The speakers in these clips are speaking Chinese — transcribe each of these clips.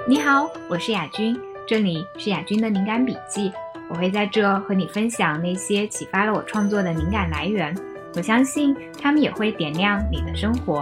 你好，我是雅君，这里是雅君的灵感笔记，我会在这和你分享那些启发了我创作的灵感来源，我相信他们也会点亮你的生活。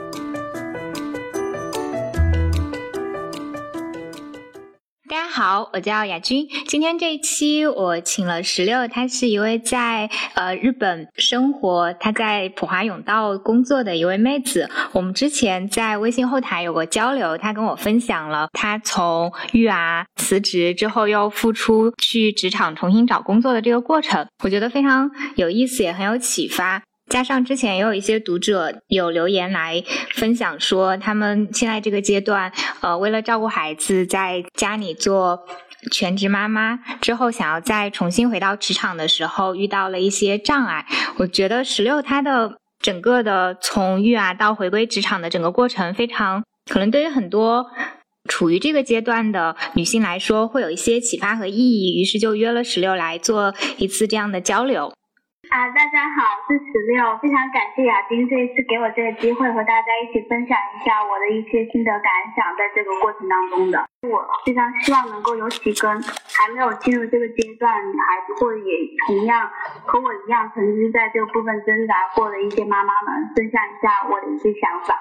大家好，我叫雅君。今天这一期我请了16，她是一位在日本生活，她在普华永道工作的一位妹子。我们之前在微信后台有过交流，她跟我分享了她从育儿辞职之后又复出去职场重新找工作的这个过程，我觉得非常有意思，也很有启发。加上之前也有一些读者有留言来分享说他们现在这个阶段为了照顾孩子在家里做全职妈妈之后想要再重新回到职场的时候遇到了一些障碍。我觉得16她的整个的从育儿到回归职场的整个过程非常可能对于很多处于这个阶段的女性来说会有一些启发和意义，于是就约了16来做一次这样的交流。 大家好，我是16，非常感谢雅君这一次给我这个机会和大家一起分享一下我的一些心得感想，在这个过程当中的。我非常希望能够有几跟还没有进入这个阶段的女孩子，或者也同样和我一样曾经在这个部分挣扎过的一些妈妈们，分享一下我的一些想法。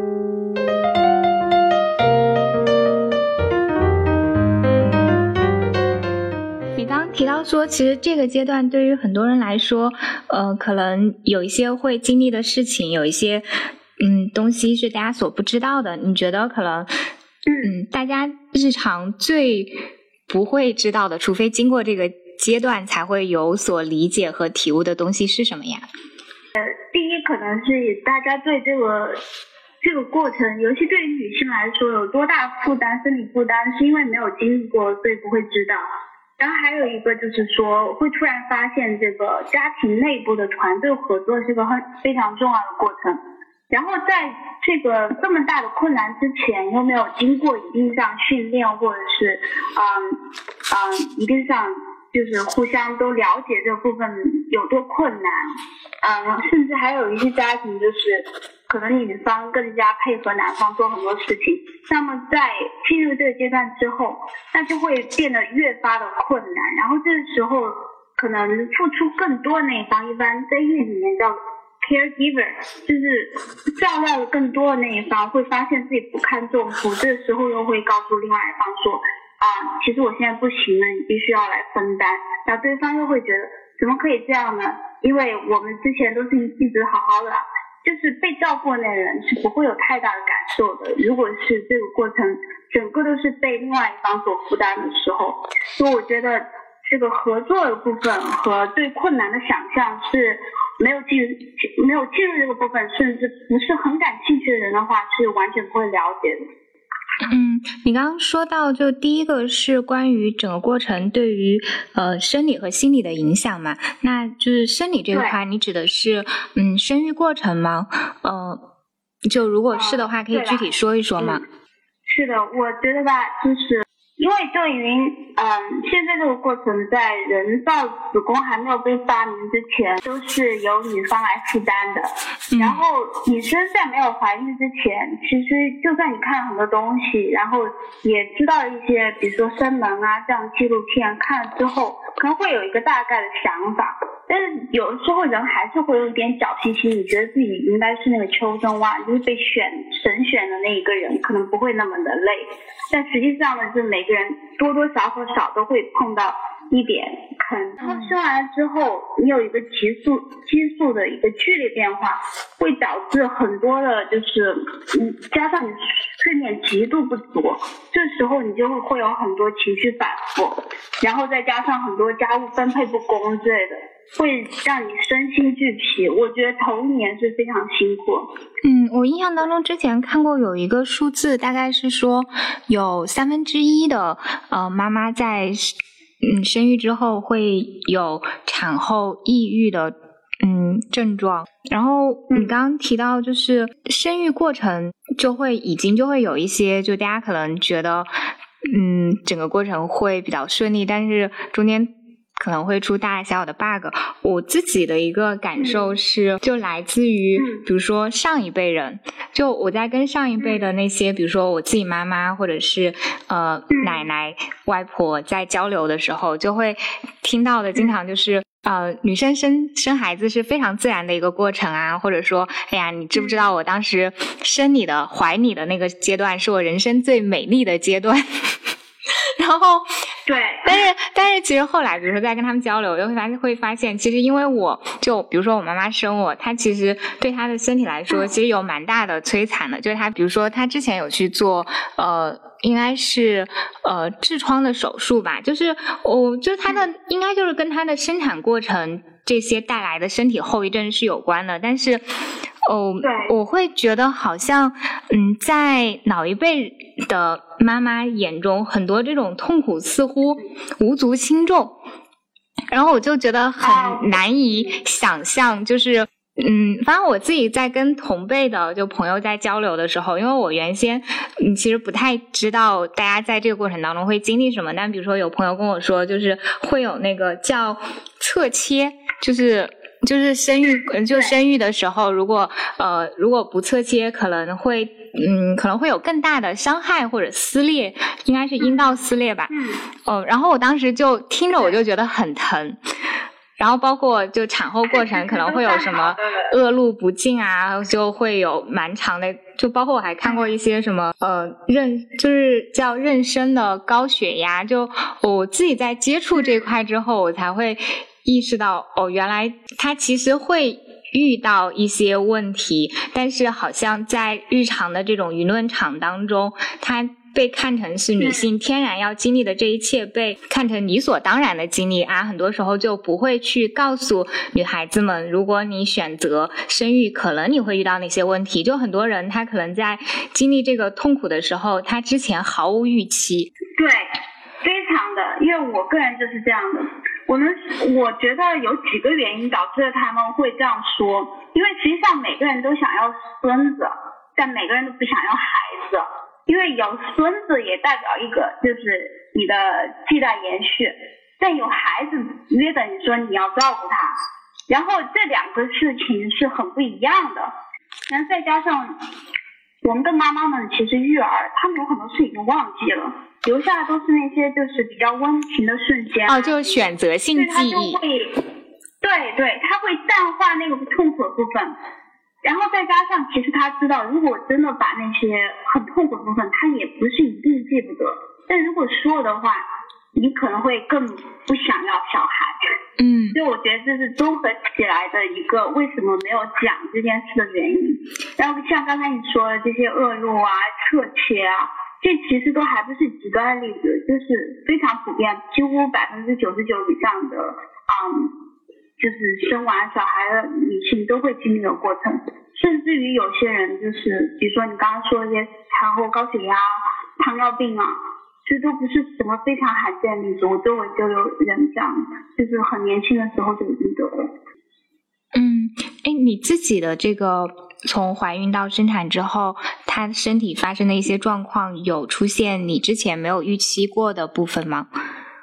你刚刚提到说其实这个阶段对于很多人来说可能有一些会经历的事情，有一些东西是大家所不知道的。你觉得可能大家日常最不会知道的，除非经过这个阶段才会有所理解和体悟的东西是什么呀？ 第一可能是大家对这个过程，尤其对于女性来说有多大负担，生理负担，是因为没有经历过，所以不会知道。然后还有一个就是说，会突然发现这个家庭内部的团队合作是个非常重要的过程。然后在这个这么大的困难之前，又没有经过一定上训练，或者是一定上就是互相都了解这部分有多困难。甚至还有一些家庭就是可能女方更加配合男方做很多事情，那么在进入这个阶段之后，那就会变得越发的困难。然后这个时候可能付出更多的那一方，一般在英语里面叫 caregiver， 就是照料的更多的那一方会发现自己不堪重负，这个时候又会告诉另外一方说其实我现在不行了，你必须要来分担。然后对方又会觉得怎么可以这样呢？因为我们之前都是一直好好的，就是被照顾的那人是不会有太大的感受的。如果是这个过程整个都是被另外一方所负担的时候，所以我觉得这个合作的部分和对困难的想象是没有进入这个部分，甚至不是很感兴趣的人的话是完全不会了解的。 你刚刚说到就第一个是关于整个过程对于生理和心理的影响嘛，那就是生理这一块你指的是生育过程吗？就如果是的话可以具体说一说吗？ 是的，我觉得吧，就是因为对于现在这个过程在人造子宫还没有被发明之前都是由女方来负担的。然后女生在没有怀孕之前，其实就算你看了很多东西，然后也知道一些比如说生门这样纪录片，看了之后可能会有一个大概的想法，但是有的时候人还是会有一点侥幸心理，觉得自己应该是那个chosen one，就是被神选的那一个人，可能不会那么的累。但实际上呢，就是每个人多多少少都会碰到一点坑。然后生完了之后，你有一个激素的一个剧烈变化，会导致很多的就是加上你睡眠极度不足，这时候你就会有很多情绪反复，然后再加上很多家务分配不公之类的，会让你身心俱疲。我觉得头1年是非常辛苦。 我印象当中之前看过有一个数字，大概是说有1/3的妈妈在生育之后会有产后抑郁的症状。然后你刚刚提到就是生育过程就会有一些，就大家可能觉得整个过程会比较顺利，但是中间可能会出大小的 bug。 我自己的一个感受是就来自于比如说上一辈人，就我在跟上一辈的那些比如说我自己妈妈或者是奶奶外婆在交流的时候，就会听到的经常就是女生生孩子是非常自然的一个过程啊，或者说哎呀你知不知道我当时生你的怀你的那个阶段是我人生最美丽的阶段然后对， 但是其实后来比如说在跟他们交流就会发现其实因为我就比如说我妈妈生我，她其实对她的身体来说其实有蛮大的摧残的，就是她比如说她之前有去做应该是痔疮的手术吧，就是就是她的应该就是跟她的生产过程这些带来的身体后遗症是有关的，但是我会觉得好像在老一辈的妈妈眼中很多这种痛苦似乎无足轻重，然后我就觉得很难以想象，就是反正我自己在跟同辈的就朋友在交流的时候，因为我原先其实不太知道大家在这个过程当中会经历什么，但比如说有朋友跟我说就是会有那个叫侧切，就是生育的时候如果不侧切可能会有更大的伤害或者撕裂，应该是阴道撕裂吧。然后我当时就听着我就觉得很疼，然后包括就产后过程可能会有什么恶露不尽啊，就会有蛮长的，就包括我还看过一些什么就是叫妊娠的高血压，就我自己在接触这块之后我才会意识到原来它其实会遇到一些问题，但是好像在日常的这种舆论场当中它被看成是女性天然要经历的这一切被看成理所当然的经历啊，很多时候就不会去告诉女孩子们如果你选择生育可能你会遇到那些问题，就很多人他可能在经历这个痛苦的时候他之前毫无预期。 对，非常的，因为我个人就是这样的，我觉得有几个原因导致了他们会这样说，因为实际上每个人都想要孙子，但每个人都不想要孩子，因为有孙子也代表一个就是你的继代延续，但有孩子约等于说你要照顾他，然后这两个事情是很不一样的。然后再加上我们的妈妈们其实育儿他们有很多事已经忘记了，留下的都是那些就是比较温情的瞬间就是选择性记忆， 对，他会淡化那个痛苦的部分，然后再加上其实他知道如果真的把那些很痛苦的部分他也不是一定记不得，但如果说的话你可能会更不想要小孩。所以我觉得这是综合起来的一个为什么没有讲这件事的原因。然后像刚才你说的这些恶露啊侧切啊，这其实都还不是极端的例子，就是非常普遍，几乎99%以上的就是生完小孩的女性都会经历的过程，甚至于有些人就是比如说你刚刚说的这些产后高血压糖尿病啊，这都不是什么非常罕见的例子，我周围就有人这样，就是很年轻的时候就已经得了。 你自己的这个从怀孕到生产之后她身体发生的一些状况有出现你之前没有预期过的部分吗？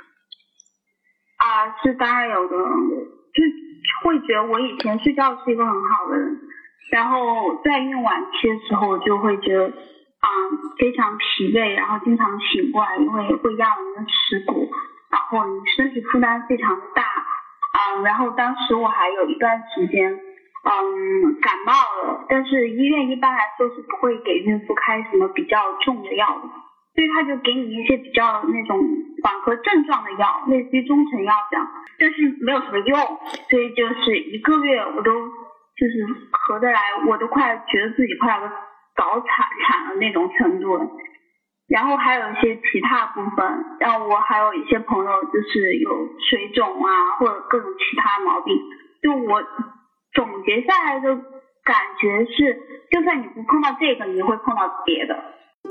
是当然有的，就会觉得我以前睡觉是一个很好的人，然后在孕晚期的时候我就会觉得非常疲惫，然后经常醒过来，因为会压我们的耻骨，然后你身体负担非常的大然后当时我还有一段时间感冒了，但是医院一般来说是不会给孕妇开什么比较重的药的，所以他就给你一些比较那种缓和症状的药，类似于中成药这样，但是没有什么用，所以就是1个月我都就是合得来，我都快觉得自己快要早产了那种程度了。然后还有一些其他部分，然后我还有一些朋友就是有水肿啊或者各种其他毛病，就我总结下来的感觉是就算你不碰到这个你会碰到别的。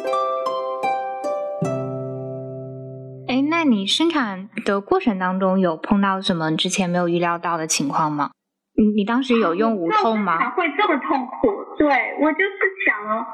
那你生产的过程当中有碰到什么之前没有预料到的情况吗？你当时有用无痛吗？ 会这么痛苦？对，我就是想了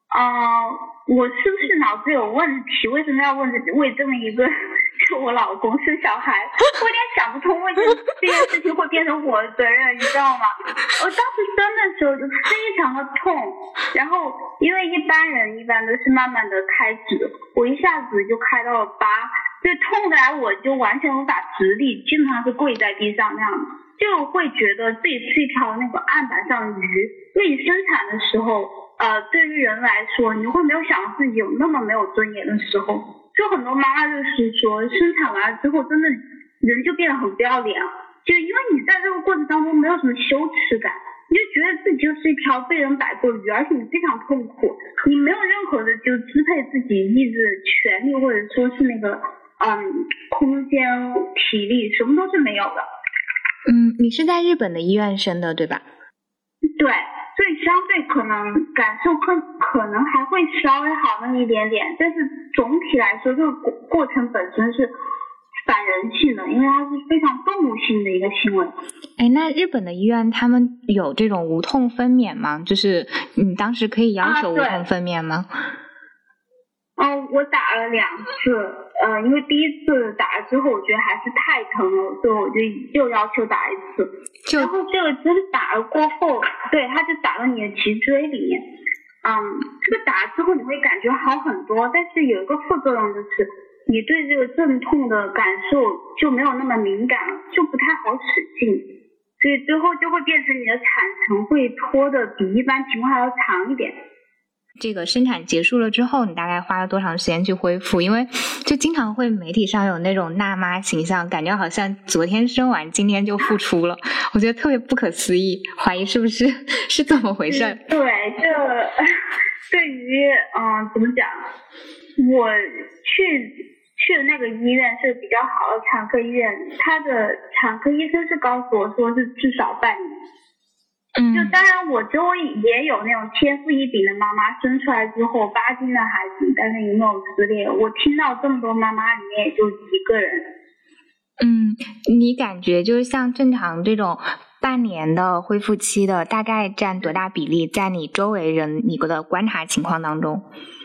我是不是脑子有问题？为什么要为这么一个就我老公生小孩？我有点想不通，为什么这件事情会变成我的责任，你知道吗？我当时生的时候就非常的痛，然后因为一般人一般都是慢慢的开指，我一下子就开到了8，就痛的来我就完全无法直立，基本上是跪在地上那样，就会觉得自己是一条那个案板上的鱼。因为你生产的时候对于人来说，你会没有想到自己有那么没有尊严的时候，就很多妈妈就是说生产完了之后真的人就变得很不要脸，就因为你在这个过程当中没有什么羞耻感，你就觉得自己就是一条被人摆过的鱼，而且你非常痛苦，你没有任何的就支配自己意志的权利，或者说是那个空间体力什么都是没有的。 你是在日本的医院生的对吧？ 对，所以相对可能感受可能还会稍微好那么一点点，但是总体来说这个过程本身是反人性的，因为它是非常动物性的一个行为。 那日本的医院他们有这种无痛分娩吗？就是你当时可以要求无痛分娩吗？ 我打了2次，因为第一次打了之后我觉得还是太疼了，所以我就又要求打一次。然后这个针打了过后，对，它就打到你的脊椎里面。这个打了之后你会感觉好很多，但是有一个副作用就是你对这个阵痛的感受就没有那么敏感了，就不太好使劲，所以最后就会变成你的产程会拖得比一般情况还要长一点。 这个生产结束了之后，你大概花了多长时间去恢复？因为就经常会媒体上有那种大妈形象，感觉好像昨天生完今天就复出了，我觉得特别不可思议，怀疑是不是是怎么回事？ 对，这对于怎么讲，我去的那个医院是比较好的产科医院，他的产科医生是告诉我说是至少半年。就当然我周围也有那种天赋异禀的妈妈，生出来之后8斤的孩子，但是有没有撕裂，我听到这么多妈妈里面也就1个人。 你感觉就是像正常这种半年的恢复期的大概占多大比例，在你周围人你的观察情况当中？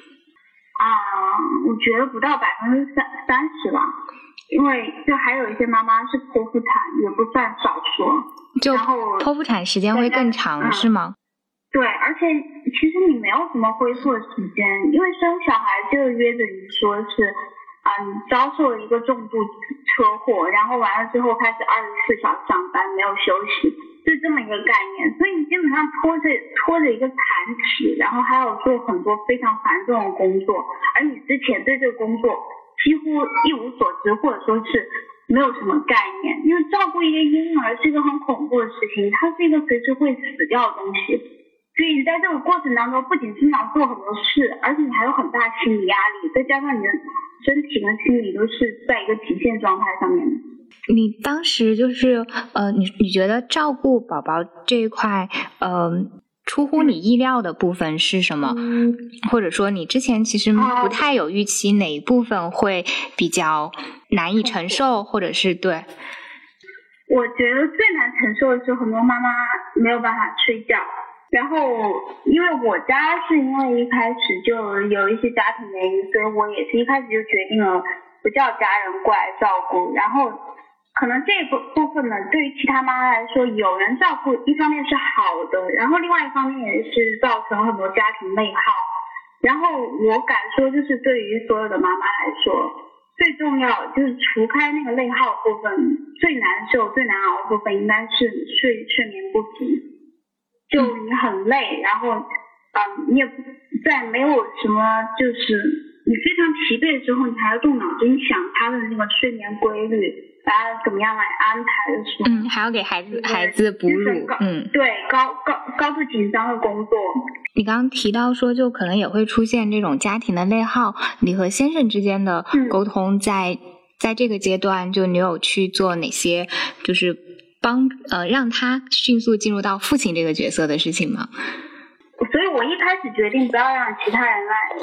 我觉得不到30%吧，因为就还有一些妈妈是剖腹产，也不算少数。 就剖腹产时间会更长是吗？ 对，而且其实你没有什么恢复的时间，因为生小孩就约着你说是你遭受了一个重度车祸，然后完了之后开始24小时上班没有休息，是这么一个概念，所以你基本上拖着一个残体，然后还有做很多非常繁重的工作，而你之前对这个工作几乎一无所知，或者说是没有什么概念，因为照顾一个婴儿是一个很恐怖的事情，它是一个随时会死掉的东西，所以你在这个过程当中不仅是要做很多事，而且你还有很大心理压力，再加上你的身体跟心理都是在一个极限状态上面。 你当时就是你觉得照顾宝宝这一块出乎你意料的部分是什么？或者说你之前其实不太有预期哪一部分会比较难以承受，或者是对？ 我觉得最难承受的是很多妈妈没有办法睡觉，然后因为我家是因为一开始就有一些家庭原因，所以我也是一开始就决定了不叫家人过来照顾，然后可能这部分呢，对于其他妈妈来说，有人照顾一方面是好的，然后另外一方面也是造成很多家庭内耗。然后我敢说，就是对于所有的妈妈来说，最重要就是除开那个内耗部分，最难受、最难熬的部分应该是睡眠不足。就你很累，然后你也在没有什么就是你非常疲惫的时候，你还要动脑筋想他的那个睡眠规律，把它怎么样来安排的时候， 还要给孩子哺乳， 对，高度紧张的工作。 你刚刚提到说，就可能也会出现这种家庭的内耗，你和先生之间的沟通在这个阶段，就你有去做哪些就是让他迅速进入到父亲这个角色的事情吗？ 所以我一开始决定不要让其他人来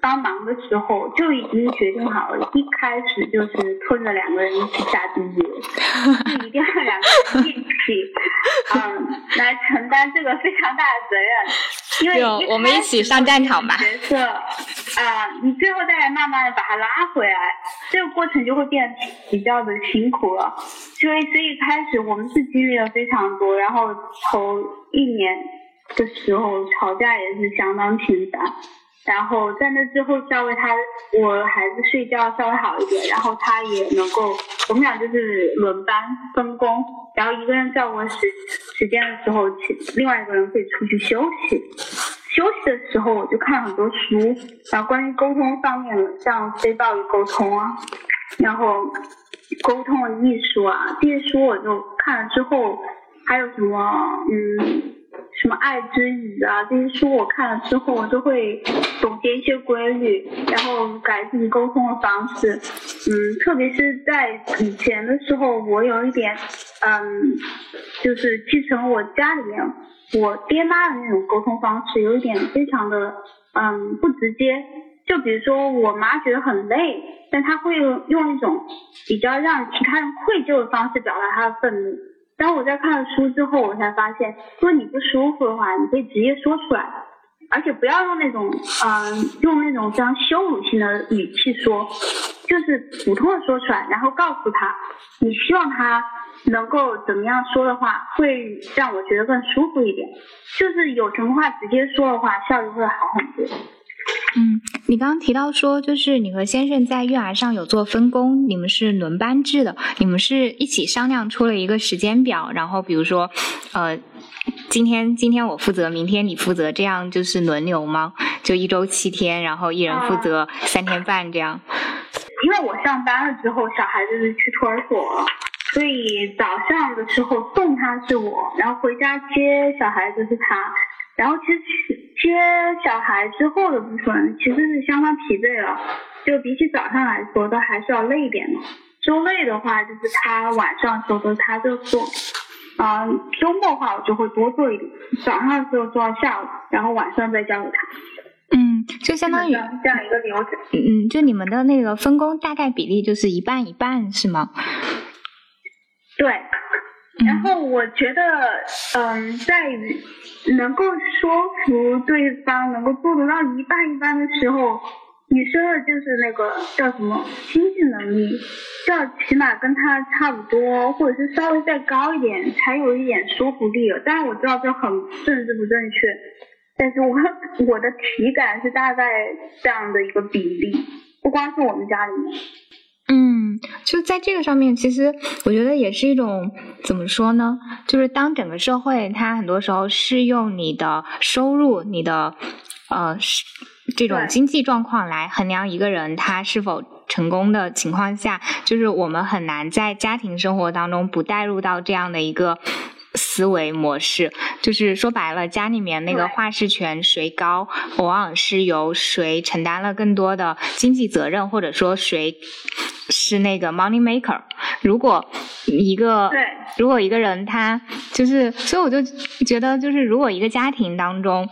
帮忙的时候就已经决定好了，一开始就是拖着2个人一起下地狱，就一定要2个人一起来承担这个非常大的责任，因为我们一起上战场吧。 角色你最后再来慢慢的把他拉回来，这个过程就会变得比较的辛苦了。所以开始我们是经历了非常多，然后头1年的时候吵架也是相当频繁，然后在那之后稍微我孩子睡觉稍微好一点，然后他也能够，我们俩就是轮班分工，然后一个人照顾时间的时候，另外一个人可以出去休息。休息的时候我就看很多书，然后关于沟通方面的，像非暴力沟通啊，然后沟通的艺术啊，这些书我就看了之后，还有什么爱之语啊，这些书我看了之后，我就会总结一些规律，然后改自己沟通的方式。特别是在以前的时候，我有一点就是继承我家里面我爹妈的那种沟通方式，有一点非常的不直接。就比如说我妈觉得很累，但她会用一种比较让其他人愧疚的方式表达她的愤怒。当我在看了书之后，我才发现，如果你不舒服的话，你可以直接说出来，而且不要用那种非常羞辱性的语气说，就是普通的说出来，然后告诉他你希望他能够怎么样说的话，会让我觉得更舒服一点。就是有什么话直接说的话，效率会好很多。 你刚刚提到说，就是你和先生在育儿上有做分工，你们是轮班制的，你们是一起商量出了一个时间表，然后比如说今天我负责，明天你负责，这样就是轮流吗？就1周7天，然后一人负责3天半这样。 因为我上班了之后，小孩子是去托儿所了，所以早上的时候送他是我，然后回家接小孩子是他。然后其实接小孩之后的部分其实是相当疲惫了，就比起早上来说都还是要累一点的。周累的话就是他晚上的时候都是他就做，周末的话我就会多做一点，早上的时候做到下午，然后晚上再交给他。 就相当于这样一个流程。 就你们的那个分工大概比例就是1半1半是吗？ 对。然后我觉得在于能够说服对方，能够做得到1半1半的时候，女生的就是那个叫什么经济能力，就要起码跟他差不多，或者是稍微再高一点，才有一点说服力了。当然我知道这很政治不正确，但是我的体感是大概这样的一个比例，不光是我们家里面。 就在这个上面，其实我觉得也是一种怎么说呢，就是当整个社会它很多时候是用你的收入，你的这种经济状况来衡量一个人他是否成功的情况下，就是我们很难在家庭生活当中不带入到这样的一个思维模式。就是说白了，家里面那个话事权谁高，往往是由谁承担了更多的经济责任，或者说谁是那个 money maker。如果一个人他就是，所以我就觉得，就是如果一个家庭当中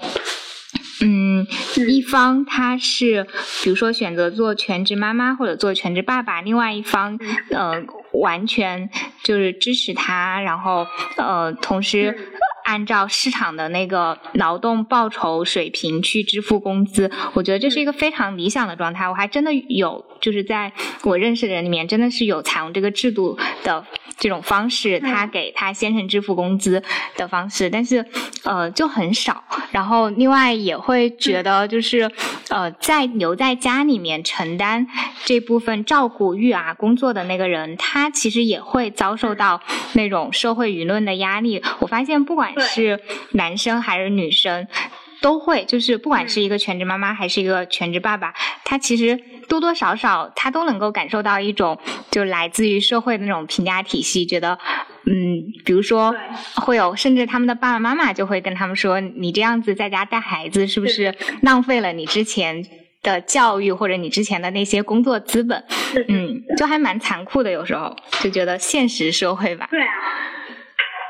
一方他是比如说选择做全职妈妈或者做全职爸爸，另外一方完全就是支持他，然后同时按照市场的那个劳动报酬水平去支付工资，我觉得这是一个非常理想的状态。我还真的有，就是在我认识的人里面，真的是有采用这个制度的这种方式，他给他先生支付工资的方式，但是就很少。然后另外也会觉得就是在留在家里面承担这部分照顾育儿工作的那个人，他其实也会遭受到那种社会舆论的压力。我发现不管是男生还是女生都会，就是不管是一个全职妈妈还是一个全职爸爸，他其实多多少少他都能够感受到一种就来自于社会的那种评价体系，觉得比如说会有，甚至他们的爸爸妈妈就会跟他们说，你这样子在家带孩子是不是浪费了你之前的教育或者你之前的那些工作资本。就还蛮残酷的，有时候就觉得现实社会吧。 对啊，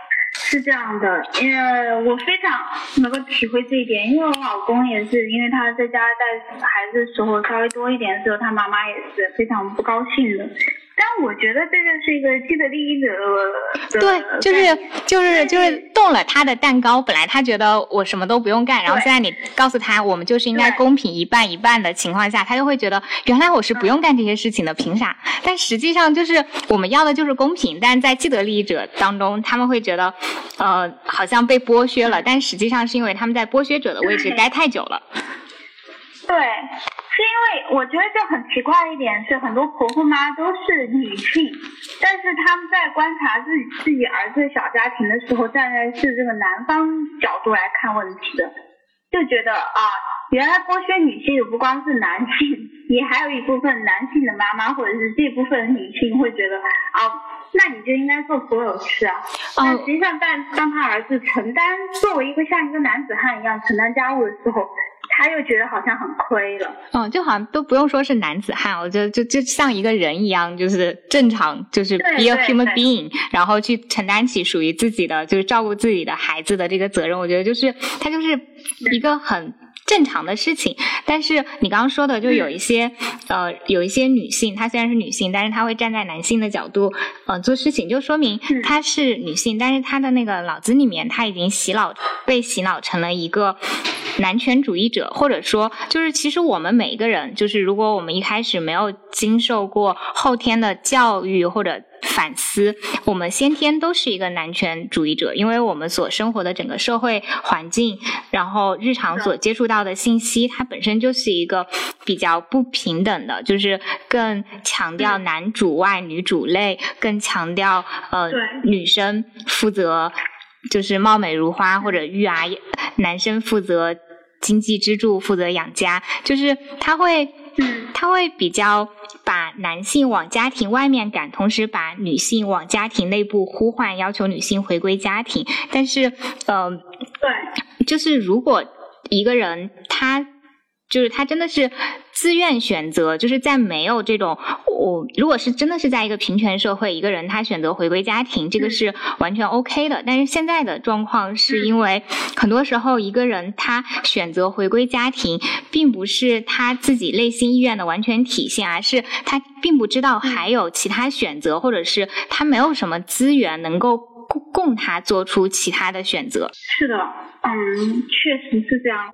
是这样的，因为我非常能够体会这一点，因为我老公也是，因为他在家带孩子的时候稍微多一点的时候，他妈妈也是非常不高兴的。但我觉得这就是一个既得利益者的对，就是动了他的蛋糕。本来他觉得我什么都不用干，然后现在你告诉他我们就是应该公平一半一半的情况下，他就会觉得原来我是不用干这些事情的，凭啥？但实际上就是我们要的就是公平，但在既得利益者当中，他们会觉得好像被剥削了，但实际上是因为他们在剥削者的位置待太久了。 对，是因为我觉得就很奇怪一点是，很多婆婆妈都是女性，但是他们在观察自己儿子小家庭的时候，站在是这个男方角度来看问题的，就觉得原来剥削女性的不光是男性，也还有一部分男性的妈妈或者是这部分女性会觉得那你就应该做所有事啊。但实际上当他儿子承担作为像一个男子汉一样承担家务的时候，他又觉得好像很亏了。 就好像都不用说是男子汉，我觉得就像一个人一样，就是正常，就是 be a human being， 然后去承担起属于自己的，就是照顾自己的孩子的这个责任。我觉得就是他就是一个很正常的事情。但是你刚刚说的，就有一些女性，她虽然是女性，但是她会站在男性的角度做事情，就说明她是女性，但是她的那个脑子里面，她已经被洗脑成了一个男权主义者，或者说就是其实我们每一个人，就是如果我们一开始没有经受过后天的教育或者反思，我们先天都是一个男权主义者，因为我们所生活的整个社会环境，然后日常所接触到的信息，它本身就是一个比较不平等的，就是更强调男主外女主内，更强调女生负责就是貌美如花或者育儿，男生负责经济支柱，负责养家，就是他会比较把男性往家庭外面赶，同时把女性往家庭内部呼唤，要求女性回归家庭。但是对，就是如果一个人他真的是自愿选择，就是在没有这种如果是真的是在一个平权社会，一个人他选择回归家庭，这个是完全 OK 的。但是现在的状况是因为很多时候一个人他选择回归家庭，并不是他自己内心意愿的完全体现，而是他并不知道还有其他选择，或者是他没有什么资源能够供他做出其他的选择。 是的，确实是这样。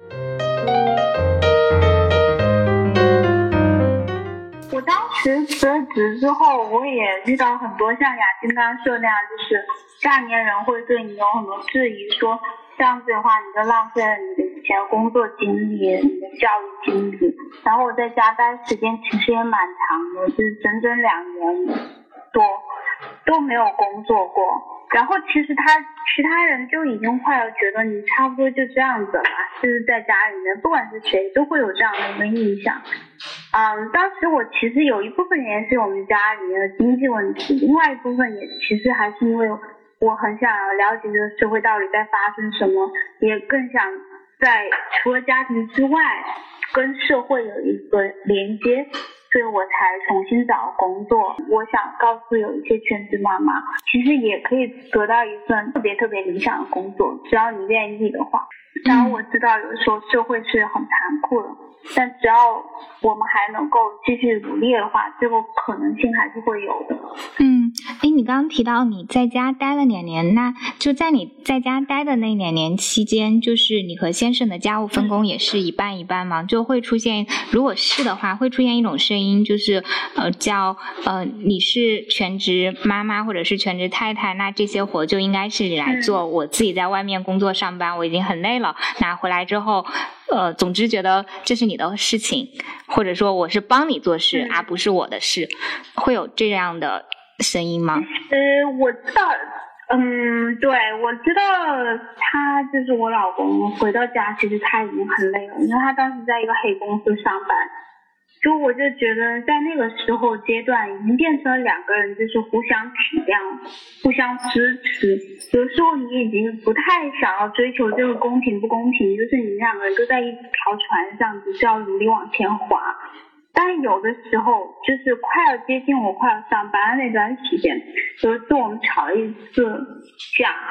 我当时辞了职之后，我也遇到很多像雅君刚刚说的那样，就是大年人会对你有很多质疑，说这样子的话你就浪费了你的以前工作经历，你的教育经历。然后我在家待时间其实也蛮长的，就是整整2年多都没有工作过。然后其实其他人就已经快要觉得你差不多就这样子了，就是在家里面不管是谁都会有这样的一个印象。当时我其实有一部分原因是我们家里面的经济问题，另外一部分也其实还是因为我很想了解这个社会到底在发生什么，也更想在除了家庭之外跟社会有一个连接，所以我才重新找工作。我想告诉有一些全职妈妈，其实也可以得到一份特别特别理想的工作，只要你愿意的话。然后我知道有时候社会是很残酷的，但只要我们还能够继续努力的话，这个可能性还是会有的。 你刚刚提到你在家待了2年，那就在你在家待的那2年期间，就是你和先生的家务分工也是一半一半吗？就会出现，如果是的话，会出现一种声音，就是你是全职妈妈或者是全职太太，那这些活就应该是你来做，我自己在外面工作上班，我已经很累了，那回来之后总之觉得这是你的事情，或者说我是帮你做事，而不是我的事，会有这样的声音吗？ 我知道，对，我知道他就是我老公回到家，其实他已经很累了，因为他当时在一个黑公司上班。就我就觉得在那个时候阶段已经变成了2个人就是互相体谅，互相支持。有时候你已经不太想要追求这个公平不公平，就是你们2个人都在一条船上，只是要努力往前滑。但有的时候就是快要接近我快要上班的那段时间，有一次我们吵了一次架，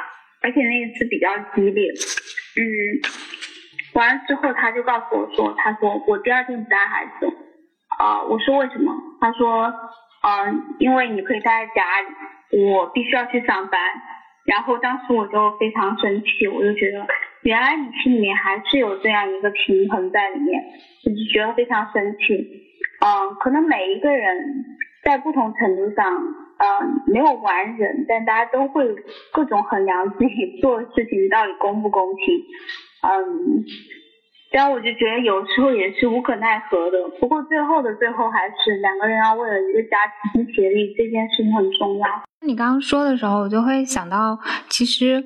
而且那一次比较激烈。完了之后他就告诉我说，他说我第二天不带孩子。我说为什么？他说因为你可以待在家里，我必须要去上班。然后当时我就非常生气，我就觉得原来你心里面还是有这样一个平衡在里面，我就觉得非常生气。可能每一个人在不同程度上没有完人，但大家都会各种衡量自己做的事情到底公不公平。但我就觉得有时候也是无可奈何的，不过最后还是两个人要为了一个家齐心协力，这件事情很重要。 你刚刚说的时候，我就会想到，其实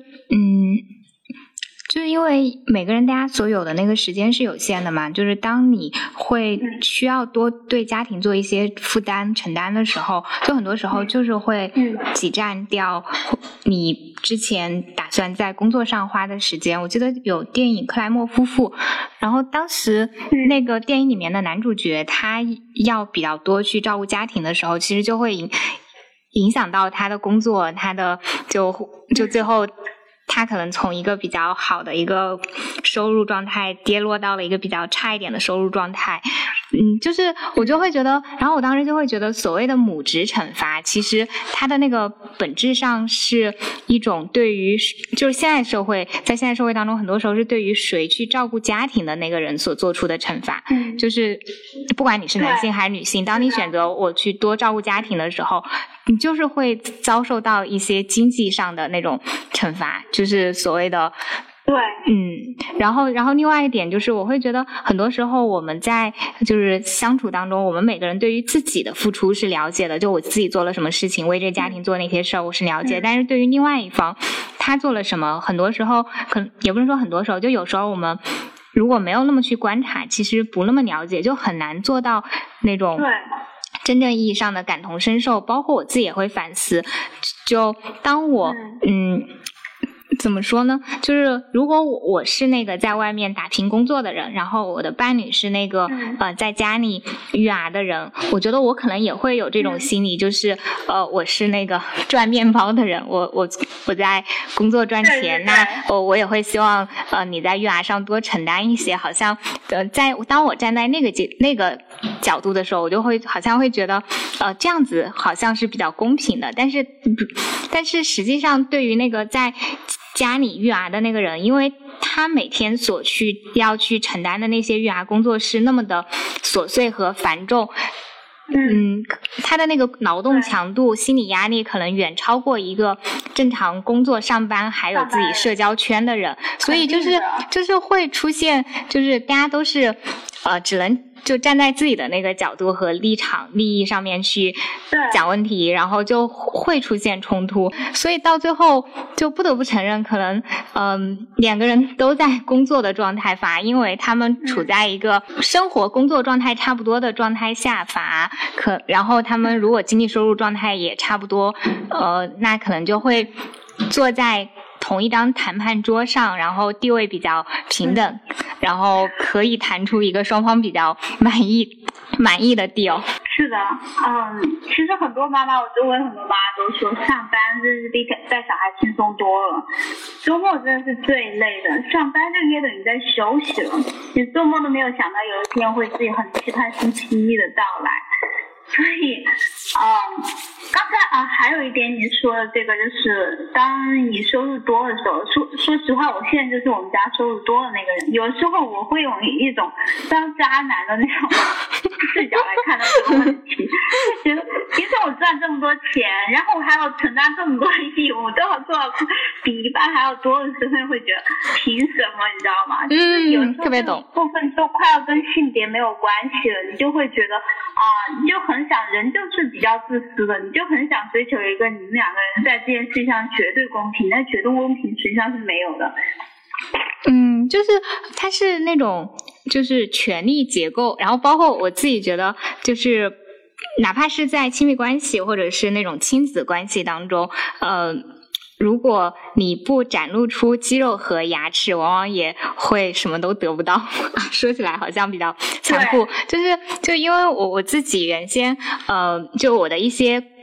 就是因为每个人大家所有的那个时间是有限的嘛，就是当你会需要多对家庭做一些负担承担的时候，就很多时候就是会挤占掉你之前打算在工作上花的时间。我记得有电影克莱默夫妇，然后当时那个电影里面的男主角他要比较多去照顾家庭的时候，其实就会影响到他的工作，他的就最后他可能从一个比较好的一个收入状态跌落到了一个比较差一点的收入状态。就是我就会觉得，然后我当时就会觉得所谓的母职惩罚，其实它的那个本质上是一种对于，就是在现在社会当中，很多时候是对于谁去照顾家庭的那个人所做出的惩罚。就是不管你是男性还是女性，当你选择我去多照顾家庭的时候，你就是会遭受到一些经济上的那种惩罚，就是所谓的对， 然后另外一点就是我会觉得很多时候我们在就是相处当中，我们每个人对于自己的付出是了解的，就我自己做了什么事情，为这个家庭做那些事儿我是了解，但是对于另外一方他做了什么，很多时候可能也不是说很多时候，就有时候我们如果没有那么去观察，其实不那么了解，就很难做到那种真正意义上的感同身受。包括我自己也会反思，就当我怎么说呢，就是如果我是那个在外面打拼工作的人，然后我的伴侣是那个在家里育儿的人，我觉得我可能也会有这种心理，就是我是那个赚面包的人，我在工作赚钱，那我也会希望你在育儿上多承担一些，好像当我站在那个角度的时候，我就会好像会觉得这样子好像是比较公平的，但是实际上对于那个在家里育儿的那个人，因为他每天要去承担的那些育儿工作是那么的琐碎和繁重，他的那个劳动强度、心理压力可能远超过一个正常工作上班还有自己社交圈的人，所以就是会出现，就是大家都是只能就站在自己的那个角度和立场利益上面去讲问题，然后就会出现冲突，所以到最后就不得不承认，可能两个人都在工作的状态，反而因为他们处在一个生活工作状态差不多的状态下，反而然后他们如果经济收入状态也差不多，那可能就会坐在同一张谈判桌上，然后地位比较平等，然后可以谈出一个双方比较满意的 deal。 是的，其实很多妈妈，我周围很多妈妈都说，上班真是比带小孩轻松多了，周末真的是最累的，上班就约等于在休息了，你周末都没有想到有一天会自己很期盼星期一的到来。所以刚才还有一点你说的这个，就是当你收入多的时候，说实话，我现在就是我们家收入多的那个人，有时候我会用一种当渣男的那种视角来看到这个问题，就觉得凭什么我赚这么多钱，然后我还要承担这么多义务，都要做到比一般还要多的时候，会觉得凭什么，你知道吗？就是有时候特别懂， 部分都快要跟性别没有关系了，你就会觉得你就很想，人就是比较自私的，你就很想追求一个你们两个人在这件事上绝对公平，但绝对公平实际上是没有的。 就是它是那种就是权力结构，然后包括我自己觉得就是哪怕是在亲密关系或者是那种亲子关系当中，如果你不展露出肌肉和牙齿，往往也会什么都得不到。说起来好像比较残酷，就因为我自己原先就我的一些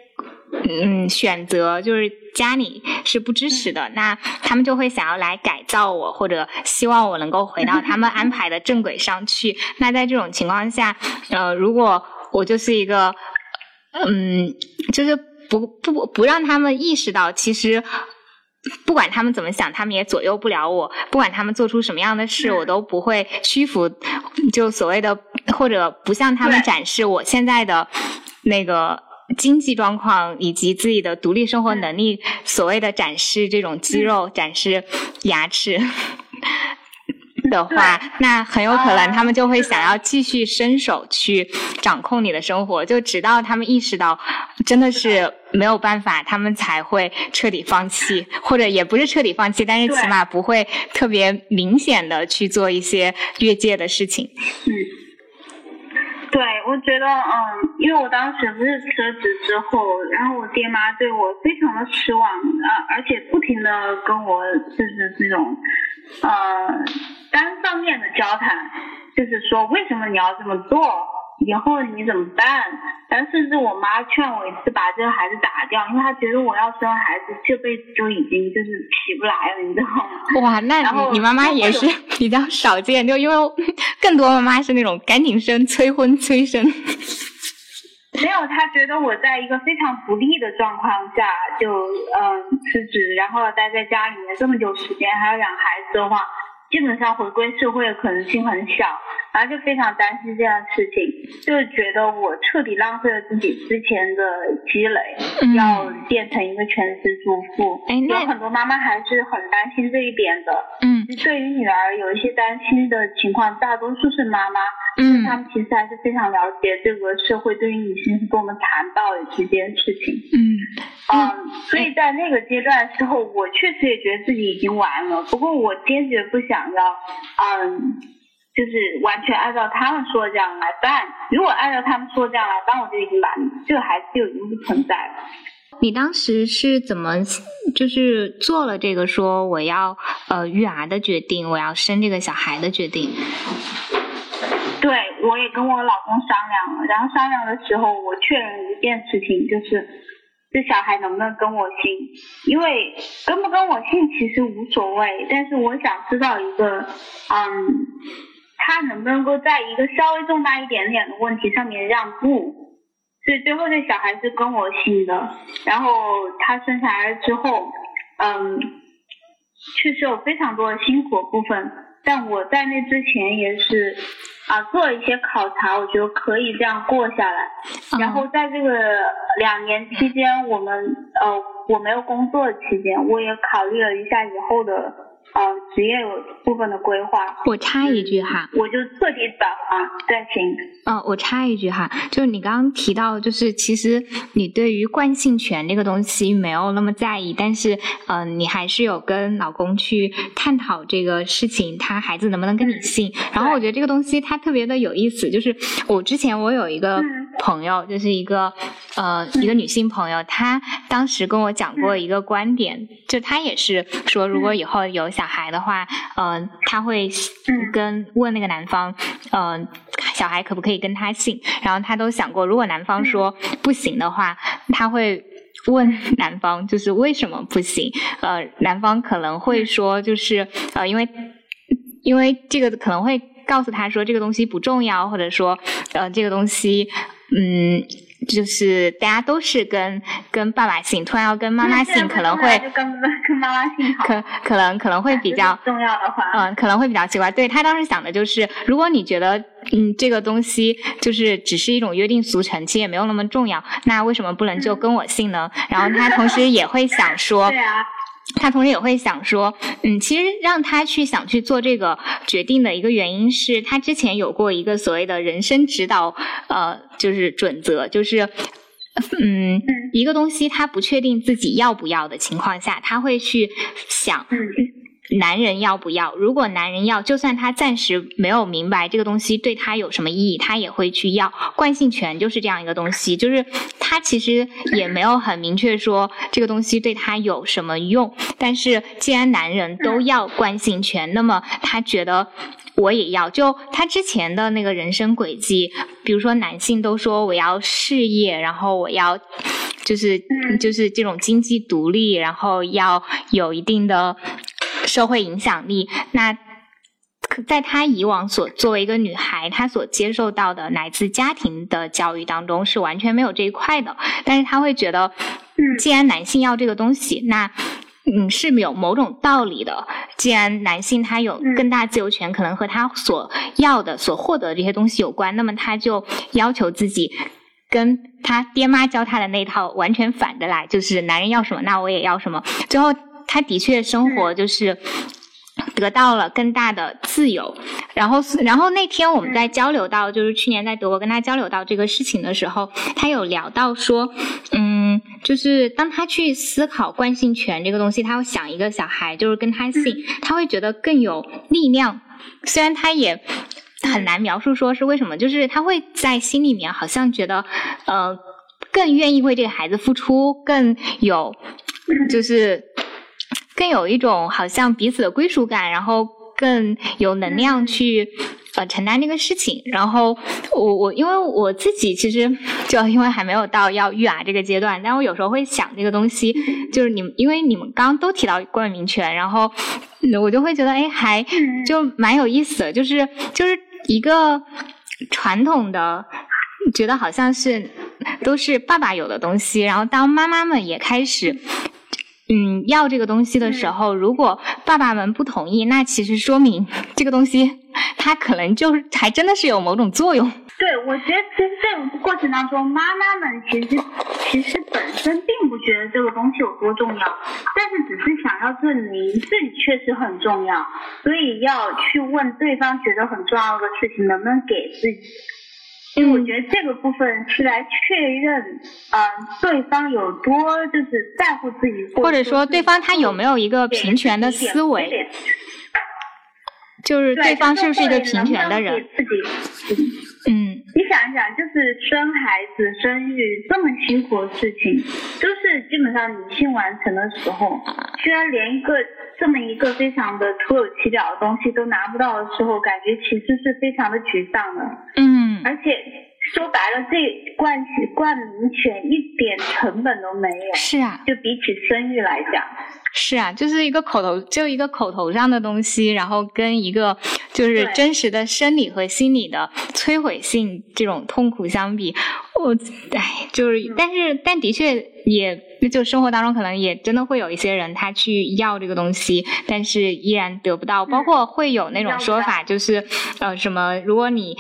选择就是家里是不支持的，那他们就会想要来改造我，或者希望我能够回到他们安排的正轨上去。那在这种情况下如果我就是一个就是不让他们意识到，其实不管他们怎么想，他们也左右不了我，不管他们做出什么样的事，我都不会屈服，就所谓的或者不向他们展示我现在的那个经济状况以及自己的独立生活能力，所谓的展示这种肌肉，展示牙齿的话，那很有可能他们就会想要继续伸手去掌控你的生活，就直到他们意识到真的是没有办法，他们才会彻底放弃，或者也不是彻底放弃，但是起码不会特别明显的去做一些越界的事情。 对，我觉得因为我当时不是辞职之后，然后我爹妈对我非常的失望而且不停的跟我就是这种单方面的交谈，就是说为什么你要这么做，以后你怎么办？但甚至我妈劝我一次把这个孩子打掉，因为她觉得我要生孩子这辈子就已经就是起不来了，你知道吗？ 哇，那你妈妈也是比较少见，就因为更多妈妈是那种赶紧生，催婚催生。 没有，她觉得我在一个非常不利的状况下就辞职，然后待在家里面这么久时间，还要养孩子的话，基本上回归社会的可能性很小，然后就非常担心这样的事情，就是觉得我彻底浪费了自己之前的积累，要变成一个全职主妇。有很多妈妈还是很担心这一点的。对于女儿有一些担心的情况，大多数是妈妈，他们其实还是非常了解这个社会对于女性是多么残暴的这件事情。所以在那个阶段的时候，我确实也觉得自己已经完了，不过我坚决不想要就是完全按照他们说的这样来办。如果按照他们说的这样来办，我就已经把这个孩子就已经不存在了。 你当时是怎么就是做了这个说我要育儿的决定，我要生这个小孩的决定？ 对，我也跟我老公商量了，然后商量的时候我确认一件事情，就是这小孩能不能跟我姓。因为跟不跟我姓其实无所谓，但是我想知道一个他能不能够在一个稍微重大一点点的问题上面让步。所以最后这小孩是跟我姓的，然后他生下来之后确实有非常多的辛苦的部分，但我在那之前也是做了一些考察，我觉得可以这样过下来。然后在这个2年期间，我没有工作的期间，我也考虑了一下以后的职业有部分的规划。 我插一句哈， 我就彻底转行。对，行。 我插一句哈，就是你刚刚提到，就是其实你对于惯性权这个东西没有那么在意，但是你还是有跟老公去探讨这个事情，他孩子能不能跟你姓。然后我觉得这个东西它特别的有意思，就是我有一个朋友，就是一个女性朋友，她当时跟我讲过一个观点，就她也是说，如果以后有小孩的话，她会问那个男方，小孩可不可以跟他姓，然后她都想过，如果男方说不行的话，她会问男方就是为什么不行。男方可能会说就是因为这个可能会告诉他说这个东西不重要，或者说这个东西就是大家都是跟爸爸姓，突然要跟妈妈姓，可能会就跟妈妈姓好， 可能会比较重要的话， 可能会比较奇怪。对，他当时想的就是，如果你觉得这个东西就是只是一种约定俗成，其实也没有那么重要，那为什么不能就跟我姓呢？然后他同时也会想说对啊。 他同时也会想说其实让他想去做这个决定的一个原因是他之前有过一个所谓的人生指导就是准则，就是一个东西他不确定自己要不要的情况下，他会去想男人要不要。如果男人要，就算他暂时没有明白这个东西对他有什么意义，他也会去要。惯性权就是这样一个东西，就是他其实也没有很明确说这个东西对他有什么用，但是既然男人都要惯性权，那么他觉得我也要。就他之前的那个人生轨迹，比如说男性都说我要事业，然后我要就是这种经济独立，然后要有一定的社会影响力。那在她以往作为一个女孩，她所接受到的来自家庭的教育当中是完全没有这一块的。但是她会觉得，既然男性要这个东西，那是有某种道理的。既然男性他有更大自由权，可能和他所要的、所获得的这些东西有关，那么他就要求自己跟他爹妈教他的那套完全反着来，就是男人要什么，那我也要什么。最后，他的确生活就是得到了更大的自由。然后那天我们在交流到，就是去年在德国跟他交流到这个事情的时候，他有聊到说，就是当他去思考惯性权这个东西，他会想一个小孩就是跟他姓，他会觉得更有力量。虽然他也很难描述说是为什么，就是他会在心里面好像觉得更愿意为这个孩子付出，更有一种好像彼此的归属感，然后更有能量去承担这个事情。然后因为我自己其实就因为还没有到要育儿这个阶段，但我有时候会想这个东西，就是因为你们刚刚都提到冠名权，然后我就会觉得还就蛮有意思的，就是一个传统的觉得好像是都是爸爸有的东西，然后当妈妈们也开始要这个东西的时候，如果爸爸们不同意，那其实说明这个东西它可能就是还真的是有某种作用。 对，我觉得其实这个过程当中，妈妈们其实本身并不觉得这个东西有多重要，但是只是想要证明自己确实很重要，所以要去问对方觉得很重要的事情能不能给自己。所以我觉得这个部分是来确认对方有多就是在乎自己， 或者说对方他有没有一个平权的思维，就是对方是不是一个平权的人。 你想一想，就是生孩子生育这么辛苦的事情，就是基本上女性完成的时候，居然连这么一个非常的徒有其表的东西都拿不到的时候，感觉其实是非常的沮丧的。而且说白了，这冠名权一点成本都没有。 是啊， 就比起生育来讲。 是啊，就是一个口头上的东西，然后跟一个就是真实的生理和心理的摧毁性这种痛苦相比，但的确也就生活当中可能也真的会有一些人他去要这个东西，但是依然得不到。包括会有那种说法，就是什么，如果你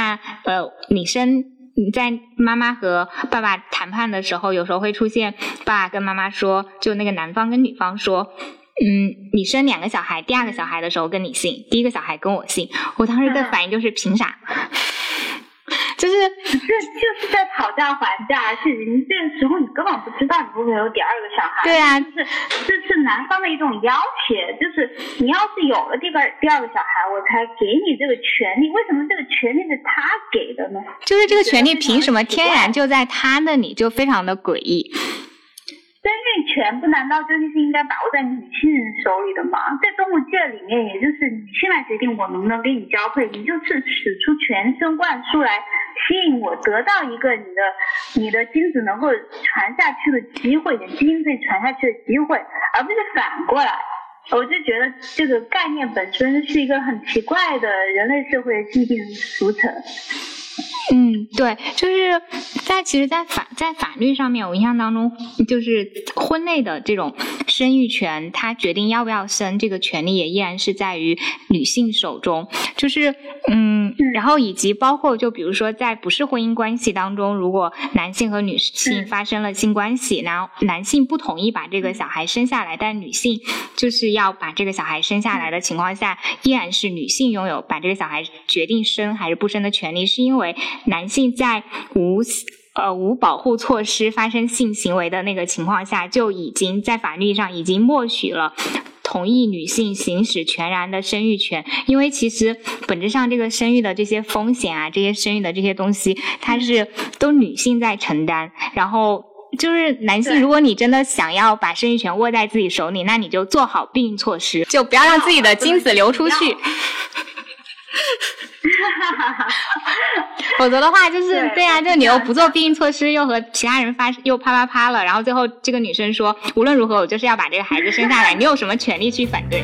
在妈妈和爸爸谈判的时候，有时候会出现爸爸跟妈妈说，就那个男方跟女方说，你生2个小孩，第2个小孩的时候跟你姓，第1个小孩跟我姓。我当时的反应就是凭啥？就是在讨价还价，而且你这个时候你根本不知道你会不会有第2个小孩。 对啊， 这是男方的一种要挟，就是你要是有了第2个小孩，我才给你这个权利。为什么这个权利是他给的呢？ 就是这个权利凭什么天然就在他那里，就非常的诡异。 生育权不难道就是应该把握在女性手里的吗？在动物界里面，也就是女性来决定我能不能跟你交配，你就是使出全神贯注来吸引我，得到一个你的精子能够传下去的机会，你的基因可以传下去的机会，而不是反过来。我就觉得这个概念本身是一个很奇怪的人类社会的既定俗成。 对，就是在法律上面，我印象当中，就是婚内的这种生育权，他决定要不要生这个权利也依然是在于女性手中。就是然后以及包括就比如说在不是婚姻关系当中，如果男性和女性发生了性关系，然后男性不同意把这个小孩生下来，但女性就是要把这个小孩生下来的情况下，依然是女性拥有把这个小孩决定生还是不生的权利，是因为男性在无保护措施发生性行为的那个情况下，就已经在法律上已经默许了同意女性行使全然的生育权。因为其实本质上这个生育的这些风险啊，这些生育的这些东西，它是都女性在承担。然后就是男性，如果你真的想要把生育权握在自己手里，那你就做好避孕措施，就不要让自己的精子流出去。 否则的话就是对啊，就你又不做避孕措施，又和其他人又啪了，然后最后这个女生说无论如何我就是要把这个孩子生下来，你有什么权利去反对？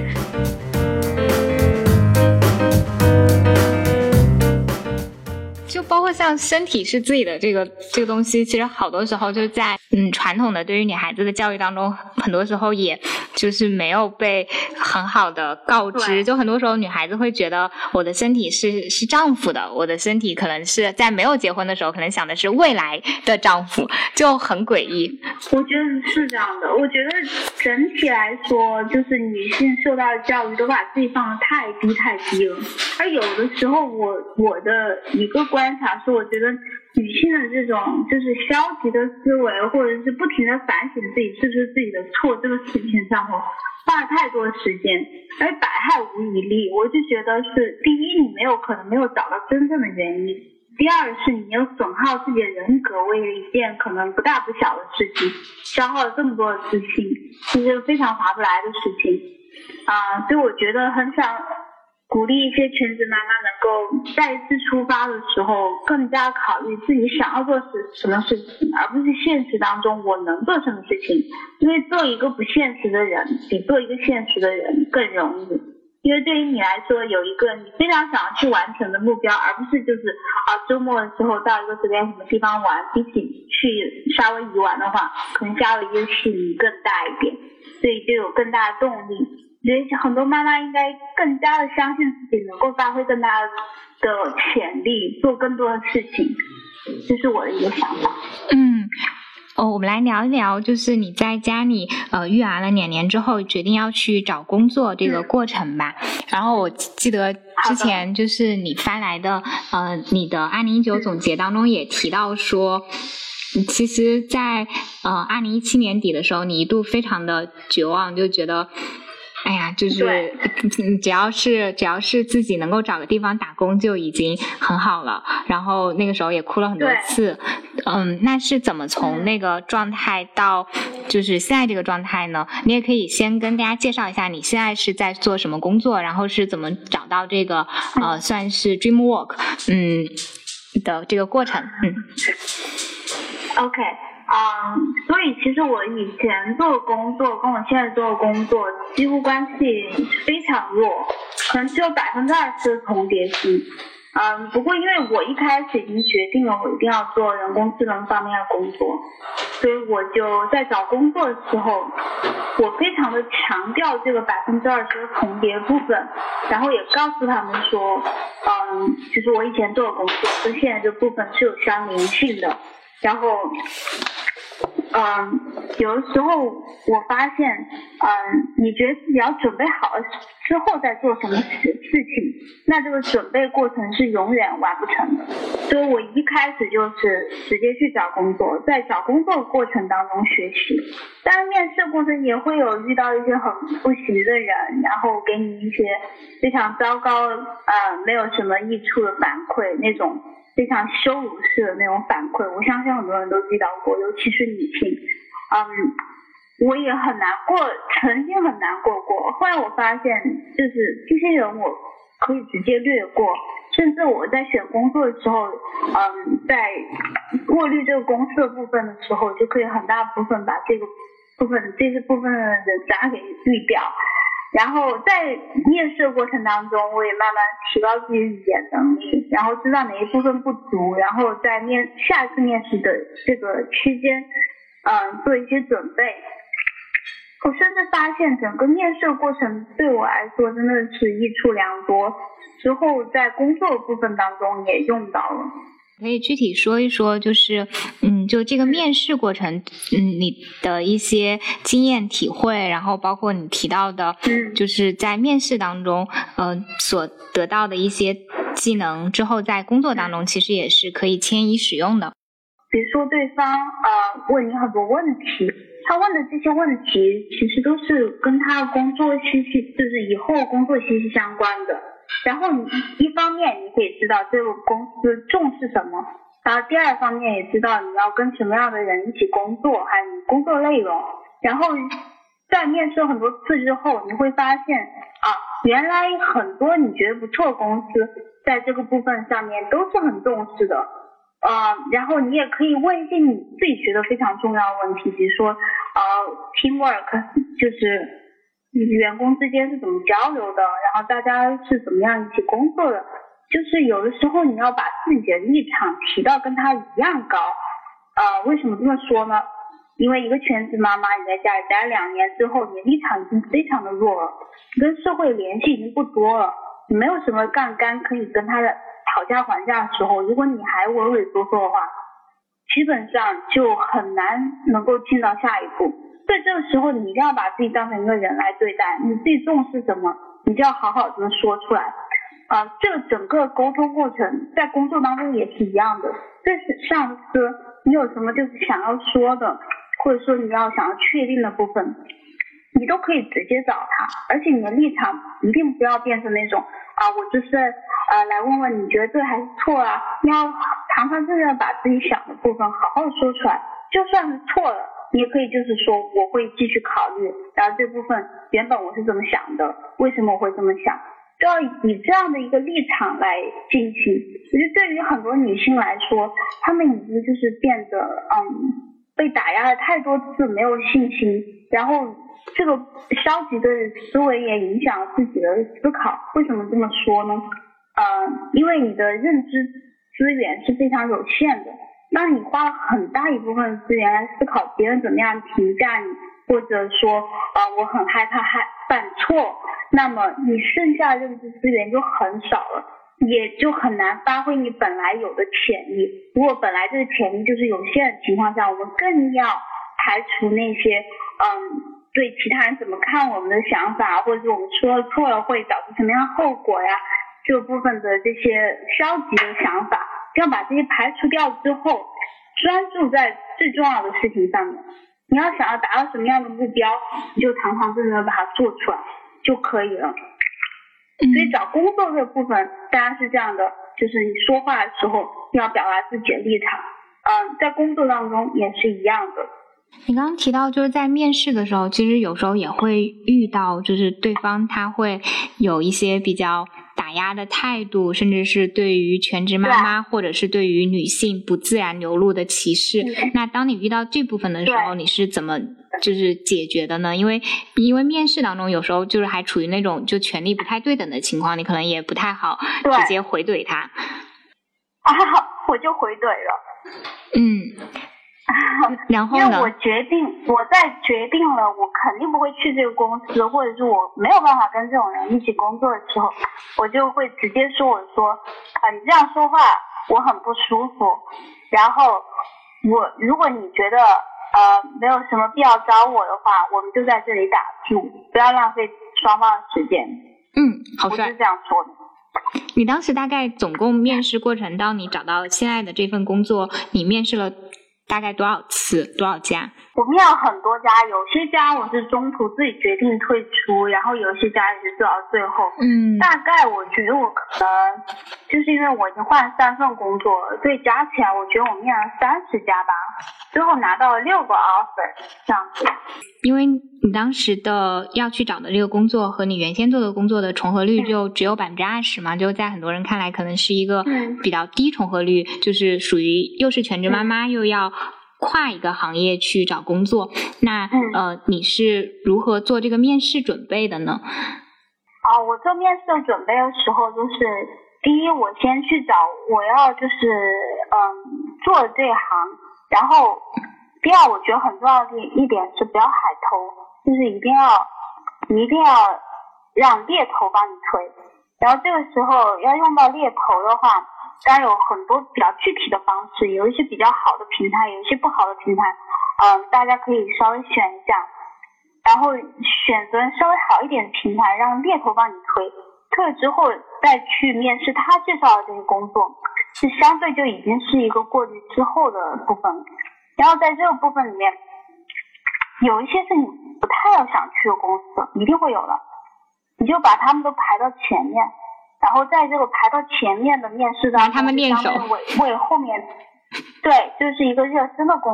就包括像身体是自己的这个东西，其实好多时候就在传统的对于女孩子的教育当中，很多时候也就是没有被很好的告知。就很多时候女孩子会觉得我的身体是丈夫的，我的身体可能是在没有结婚的时候可能想的是未来的丈夫，就很诡异。 我觉得是这样的，我觉得整体来说就是女性受到的教育都把自己放得太低了，而有的时候我的一个观察是，我觉得女性的这种就是消极的思维，或者是不停的反省自己是不是自己的错，这个事情上头花了太多时间，而百害无一利。我就觉得是，第一，你可能没有找到真正的原因；第二是你有损耗自己的人格，为了一件可能不大不小的事情，消耗了这么多的自信，这是非常划不来的事情所以我觉得很想鼓励一些全职妈妈能够再一次出发的时候更加考虑自己想要做什么事情，而不是现实当中我能做什么事情。因为做一个不现实的人比做一个现实的人更容易，因为对于你来说有一个你非常想要去完成的目标，而不是就是周末的时候到一个随便什么地方玩，比起去夏威夷玩的话，可能夏威夷的吸引力更大一点，所以就有更大的动力。所以很多妈妈应该更加的相信自己能够发挥更大的潜力，做更多的事情，这是我的一个想法。 我们来聊一聊，就是你在家里育儿了2年之后，决定要去找工作这个过程吧。然后我记得之前就是你发来的你的2019总结当中也提到说，其实在2017年底的时候，你一度非常的绝望，就觉得哎呀，就是只要是自己能够找个地方打工就已经很好了，然后那个时候也哭了很多次。那是怎么从那个状态到就是现在这个状态呢？你也可以先跟大家介绍一下你现在是在做什么工作，然后是怎么找到这个算是 dream work 的这个过程。 OK。所以其实我以前做的工作跟我现在做的工作几乎关系非常弱，可能只有20%的重叠性。不过因为我一开始已经决定了我一定要做人工智能方面的工作，所以我就在找工作的时候，我非常的强调这个20%的重叠部分，然后也告诉他们说，就是我以前做的工作跟现在这部分是有相连性的。然后有的时候我发现你觉得自己要准备好了之后再做什么事情，那这个准备过程是永远完不成的。所以我一开始就是直接去找工作，在找工作的过程当中学习，当然面试过程也会有遇到一些很不行的人，然后给你一些非常糟糕没有什么益处的反馈，那种非常羞辱式的那种反馈，我相信很多人都遇到过，尤其是女性。我也很难过，曾经很难过过，后来我发现就是这些人我可以直接略过，甚至我在选工作的时候在过滤这个公司的部分的时候，就可以很大部分把这部分的人渣给滤掉。然后在面试的过程当中，我也慢慢提高自己的语言能力，然后知道哪一部分不足，然后在下一次面试的这个期间做一些准备。我甚至发现整个面试的过程对我来说真的是益处良多，之后在工作的部分当中也用到了。 可以具体说一说，就是就这个面试过程你的一些经验体会，然后包括你提到的就是在面试当中所得到的一些技能，之后在工作当中其实也是可以迁移使用的。 比如说对方问你很多问题，他问的这些问题其实都是跟他的工作就是以后工作息息相关的。然后你一方面你可以知道这个公司重视什么，然后第二方面也知道你要跟什么样的人一起工作，还有你工作内容。然后在面试很多次之后，你会发现原来很多你觉得不错的公司在这个部分上面都是很重视的。然后你也可以问一些你自己觉得非常重要的问题，比如说teamwork， 就是员工之间是怎么交流的，然后大家是怎么样一起工作的，就是有的时候你要把自己的立场提到跟他一样高。为什么这么说呢？因为一个全职妈妈，你在家里待2年之后，你的立场已经非常的弱了，跟社会联系已经不多了，你没有什么杠杆可以跟他的讨价还价的时候，如果你还畏畏缩缩的话，基本上就很难能够进到下一步。所以这个时候你一定要把自己当成一个人来对待，你自己重视什么，你就要好好的说出来。这个整个沟通过程在工作当中也是一样的，对上司你有什么就是想要说的，或者说你想要确定的部分，你都可以直接找他，而且你的立场一定不要变成那种我就是来问问你觉得对还是错啊，你要堂堂正正把自己想的部分好好说出来，就算是错了你也可以就是说我会继续考虑，然后这部分原本我是怎么想的，为什么我会这么想，都要以这样的一个立场来进行。其实对于很多女性来说，她们已经就是变得被打压了太多次，没有信心，然后这个消极的思维也影响了自己的思考。为什么这么说呢？因为你的认知资源是非常有限的，那你花了很大一部分资源来思考别人怎么样评价你，或者说我很害怕犯错，那么你剩下的认知资源就很少了，也就很难发挥你本来有的潜力。如果本来这个潜力就是有限的情况下，我们更要排除那些对其他人怎么看我们的想法，或者是我们说错了会导致什么样后果呀，这个部分的这些消极的想法，要把这些排除掉之后，专注在最重要的事情上面。你要想要达到什么样的目标，你就堂堂正正的把它做出来就可以了。所以找工作这个部分当然是这样的，就是你说话的时候要表达自己的立场，在工作当中也是一样的。 你刚刚提到就是在面试的时候，其实有时候也会遇到就是对方他会有一些比较打压的态度，甚至是对于全职妈妈或者是对于女性不自然流露的歧视。那当你遇到这部分的时候，你是怎么就是解决的呢？因为面试当中有时候就是还处于那种就权力不太对等的情况，你可能也不太好直接回怼他。 我就回怼了。 然后呢？ 因为我在决定了我肯定不会去这个公司，或者是我没有办法跟这种人一起工作的时候，我就会直接说你这样说话我很不舒服，然后如果你觉得没有什么必要找我的话，我们就在这里打住，不要浪费双方的时间。 好帅。 我是这样说的。 你当时大概总共面试过程到你找到现在的这份工作，你面试了大概多少次，多少家？ 我面了很多家，有些家我是中途自己决定退出，然后有些家也是做到最后。大概我觉得我可能就是因为我已经换了3份工作了，所以加起来我觉得我面了30家吧，最后拿到了6个 offer 这样子。 因为你当时的要去找的这个工作和你原先做的工作的重合率就只有20%嘛，就在很多人看来可能是一个比较低重合率，就是属于又是全职妈妈又要跨一个行业去找工作。那你是如何做这个面试准备的呢？ 我做面试的准备的时候，就是第一我先去找我要就是做的这一行，然后第二我觉得很重要的一点是不要海投，就是你一定要让猎头帮你推，然后这个时候要用到猎头的话，当然有很多比较具体的方式，有一些比较好的平台，有一些不好的平台，大家可以稍微选一下，然后选择稍微好一点的平台，让猎头帮你推了之后再去面试他介绍的这个工作，是相对就已经是一个过滤之后的部分。然后在这个部分里面，有一些是你不太要想去的公司，一定会有的，你就把他们都排到前面，然后在这个排到前面的面试当中， 他们练手为后面，对，就是一个热身的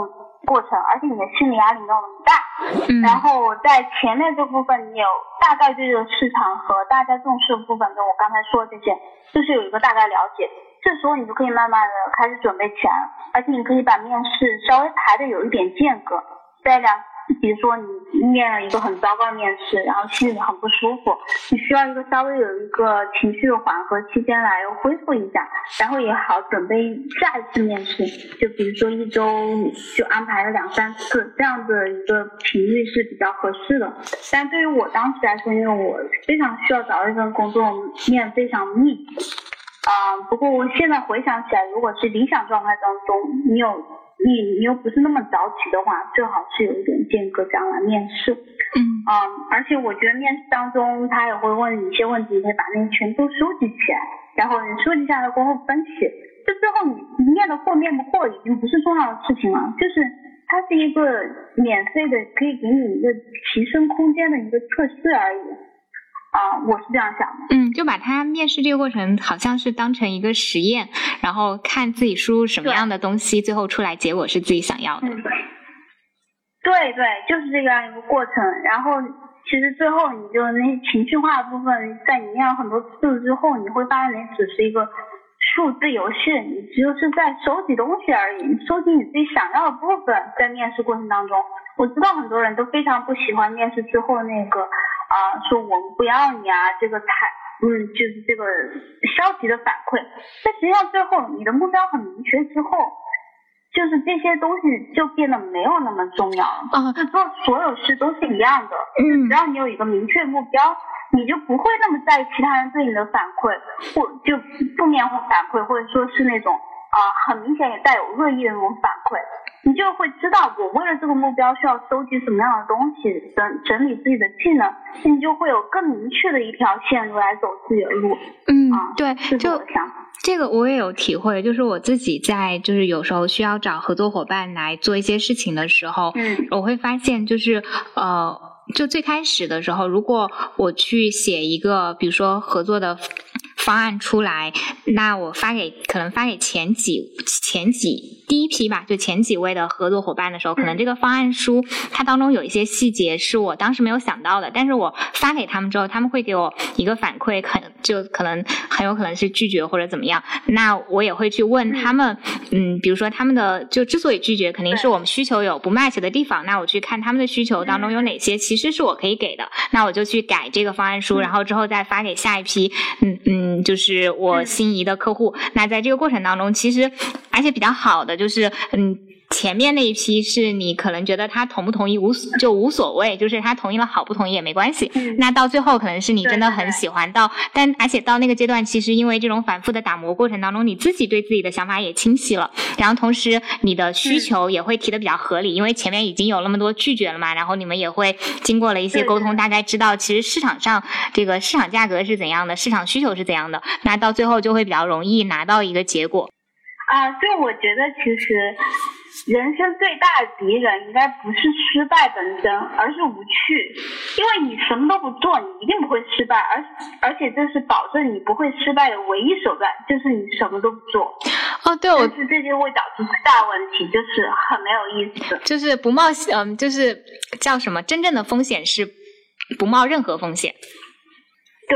过程，而且你的心理压力没有那么大。然后在前面这部分你有大概对这个市场和大家重视的部分跟我刚才说的这些就是有一个大概了解，这时候你就可以慢慢的开始准备起来了，而且你可以把面试稍微排的有一点间隔，比如说你面了一个很糟糕的面试，然后心里很不舒服，你需要一个稍微有一个情绪的缓和期间来恢复一下，然后也好准备下一次面试，就比如说一周就安排了2-3次，这样的一个频率是比较合适的。但对于我当时来说，因为我非常需要找一份工作，面非常密集。不过我现在回想起来，如果是理想状态当中，你又不是那么早起的话，最好是有一点间隔这样来面试。而且我觉得面试当中他也会问你一些问题，你可以把那些全都收集起来，然后你收集下来过后分析，就最后你面的过面不过已经不是重要的事情了，就是它是一个免费的可以给你一个提升空间的一个测试而已。我是这样想的。 就把它面试这个过程好像是当成一个实验，然后看自己输入什么样的东西，最后出来结果是自己想要的。 对，就是这样一个过程。然后其实最后你就那些情绪化的部分，在你面了很多次之后，你会发现你只是一个数字游戏，你只是在收集东西而已，收集你自己想要的部分。在面试过程当中，我知道很多人都非常不喜欢面试之后那个说我们不要你啊，这个就是这个消极的反馈。但实际上最后你的目标很明确之后，就是这些东西就变得没有那么重要了。就做所有事都是一样的，只要你有一个明确目标，你就不会那么在意其他人对你的反馈，或就负面反馈，或者说是那种很明显也带有恶意的那种反馈，你就会知道我为了这个目标需要收集什么样的东西，整理自己的技能，你就会有更明确的一条线路来走自己的路。 对， 就这个我也有体会，就是我自己在就是有时候需要找合作伙伴来做一些事情的时候，我会发现就是就最开始的时候，如果我去写一个比如说合作的方案出来，那我可能发给前几第一批吧，就前几位的合作伙伴的时候，可能这个方案书它当中有一些细节是我当时没有想到的，但是我发给他们之后，他们会给我一个反馈，可能很有可能是拒绝或者怎么样，那我也会去问他们，比如说他们的就之所以拒绝，肯定是我们需求有不 match 的地方，那我去看他们的需求当中有哪些其实是我可以给的，那我就去改这个方案书，然后之后再发给下一批就是我心仪的客户。那在这个过程当中，其实而且比较好的就是前面那一批是你可能觉得他同不同意无所谓，就是他同意了好，不同意也没关系。那到最后可能是你真的很喜欢但而且到那个阶段，其实因为这种反复的打磨过程当中，你自己对自己的想法也清晰了，然后同时你的需求也会提得比较合理，因为前面已经有那么多拒绝了嘛，然后你们也会经过了一些沟通，大概知道其实市场上这个市场价格是怎样的，市场需求是怎样的，那到最后就会比较容易拿到一个结果。 所以我觉得其实人生最大的敌人应该不是失败本身，而是无趣。因为你什么都不做，你一定不会失败，而且这是保证你不会失败的唯一手段，就是你什么都不做。 对， 但是这就会导致最大问题，就是很没有意思。 就是不冒险，就是叫什么？真正的风险是不冒任何风险。 对，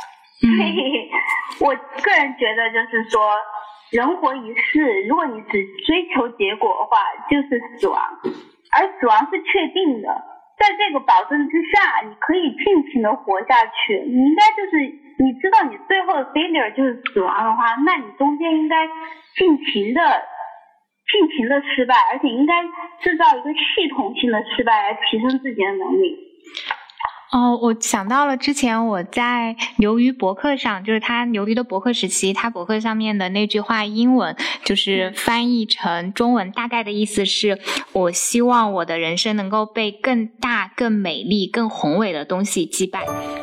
我个人觉得就是说，人活一世，如果你只追求结果的话，就是死亡，而死亡是确定的。在这个保证之下，你可以尽情的活下去。你应该就是你知道你最后的 failure 就是死亡的话，那你中间应该尽情的失败，而且应该制造一个系统性的失败来提升自己的能力。 我想到了之前我在牛鱼博客上，就是他牛鱼的博客时期，他博客上面的那句话英文就是翻译成中文，大概的意思是我希望我的人生能够被更大、更美丽、更宏伟的东西击败。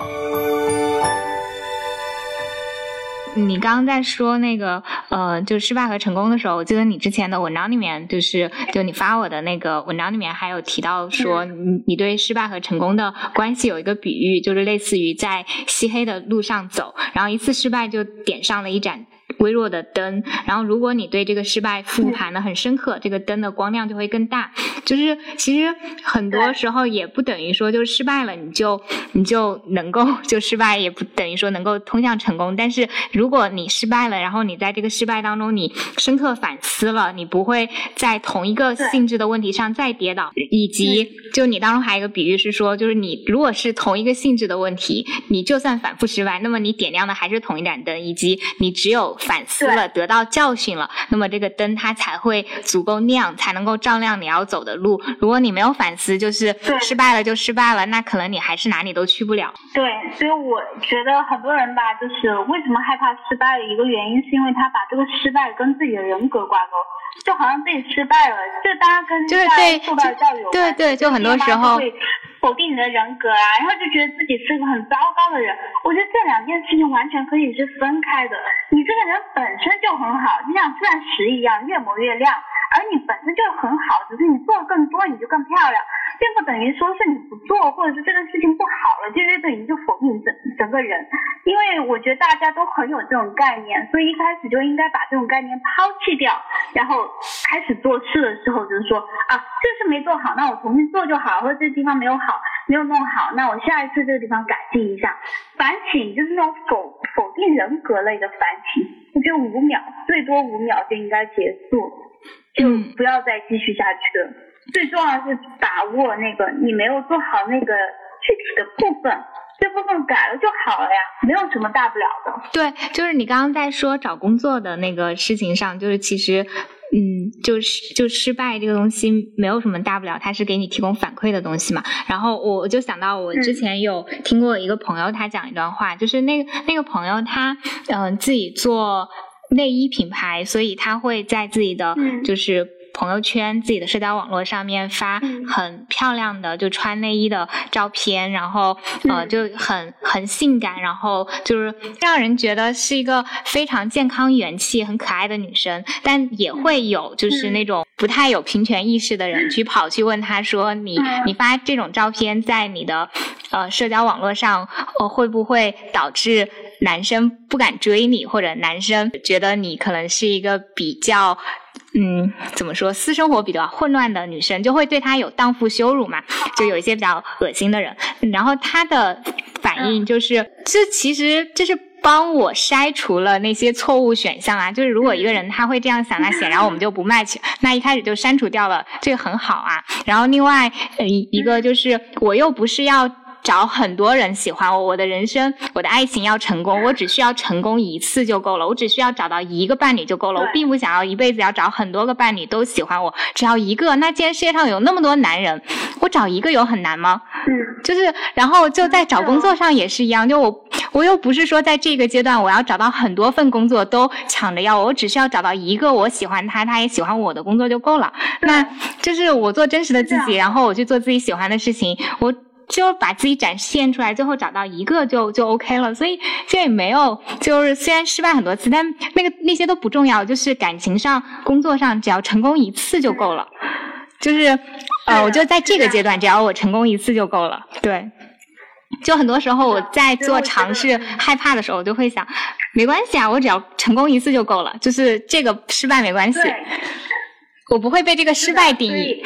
你刚刚在说那个就失败和成功的时候，我记得你之前的文章里面就你发我的那个文章里面还有提到说你对失败和成功的关系有一个比喻，就是类似于在漆黑的路上走，然后一次失败就点上了一盏微弱的灯，然后如果你对这个失败复盘的很深刻，这个灯的光亮就会更大。就是其实很多时候也不等于说就失败了你就能够就失败，也不等于说能够通向成功。但是如果你失败了，然后你在这个失败当中你深刻反思了，你不会在同一个性质的问题上再跌倒。以及就你当中还有一个比喻是说，就是你如果是同一个性质的问题，你就算反复失败，那么你点亮的还是同一盏灯，以及你只有反思了得到教训了，那么这个灯它才会足够亮，才能够照亮你要走的路。如果你没有反思，就是失败了就失败了，那可能你还是哪里都去不了。 对，所以我觉得很多人吧，就是为什么害怕失败的一个原因，是因为他把这个失败跟自己的人格挂钩，就好像自己失败了，这当然跟在受到教育有关。 对，就很多时候会否定你的人格啊，然后就觉得自己是个很糟糕的人。我觉得这两件事情完全可以是分开的。你这个人本身就很好，就像钻石一样越磨越亮，而你本身就很好，只是你做的更多你就更漂亮，并不等于说是你不做或者是这个事情不好了就约等于就否定整个人。因为我觉得大家都很有这种概念，所以一开始就应该把这种概念抛弃掉，然后开始做事的时候就是说啊，这事没做好，那我重新做就好，或者这地方没有弄好，那我下一次这个地方改进一下。反省就是那种否定人格类的反省，我觉得5秒，最多5秒就应该结束，就不要再继续下去了。最重要的是把握那个你没有做好那个具体的部分，这部分改了就好了呀，没有什么大不了的。 对，就是你刚刚在说找工作的那个事情上，就是其实就失败这个东西没有什么大不了，它是给你提供反馈的东西嘛。然后我就想到我之前有听过一个朋友他讲一段话，就是那个朋友他自己做内衣品牌，所以他会在自己的就是朋友圈自己的社交网络上面发很漂亮的就穿内衣的照片，然后就很性感，然后就是让人觉得是一个非常健康元气很可爱的女生。但也会有就是那种不太有平权意识的人去跑去问她说你发这种照片在你的社交网络上会不会导致男生不敢追你，或者男生觉得你可能是一个比较怎么说私生活比较混乱的女生，就会对她有荡妇羞辱嘛，就有一些比较恶心的人。然后她的反应就是这其实这是帮我筛除了那些错误选项啊，就是如果一个人他会这样想，那显然我们就不 match， 那一开始就删除掉了，这个很好啊。然后另外一个就是我又不是要找很多人喜欢我，我的人生我的爱情要成功，我只需要成功一次就够了，我只需要找到一个伴侣就够了，我并不想要一辈子要找很多个伴侣都喜欢我，只要一个。那既然世界上有那么多男人，我找一个有很难吗？就是然后就在找工作上也是一样，就我又不是说在这个阶段我要找到很多份工作都抢着要我只需要找到一个我喜欢他也喜欢我的工作就够了。那就是我做真实的自己，然后我去做自己喜欢的事情，我就把自己展现出来，最后找到一个就 OK 了。所以这也没有，就是虽然失败很多次，但那些都不重要，就是感情上工作上只要成功一次就够了。就是我就在这个阶段只要我成功一次就够了。对，就很多时候我在做尝试害怕的时候，我就会想没关系啊，我只要成功一次就够了，就是这个失败没关系，我不会被这个失败定义。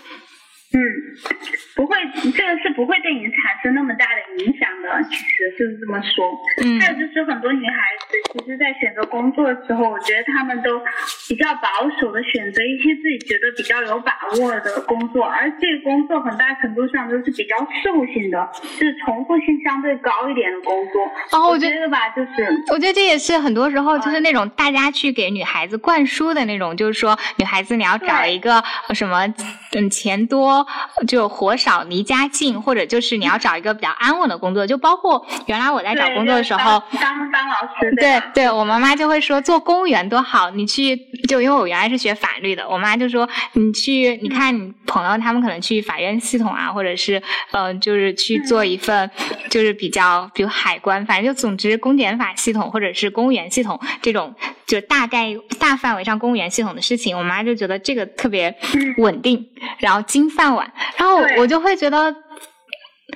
不会，这个是不会对你产生那么大的影响的，其实就是这么说。还有就是很多女孩子其实在选择工作的时候，我觉得她们都比较保守的选择一些自己觉得比较有把握的工作，而这个工作很大程度上都是比较事务性的，就是重复性相对高一点的工作。我觉得吧，就是我觉得这也是很多时候就是那种大家去给女孩子灌输的那种，就是说女孩子你要找一个什么钱多就活少离家近，或者就是你要找一个比较安稳的工作，就包括原来我在找工作的时候当老师。 对，我妈妈就会说做公务员多好，你去就因为我原来是学法律的，我妈就说你看你朋友他们可能去法院系统啊，或者是就是去做一份就是比如海关，反正就总之公检法系统或者是公务员系统这种就大范围上公务员系统的事情，我妈就觉得这个特别稳定，然后金饭碗，然后我就会觉得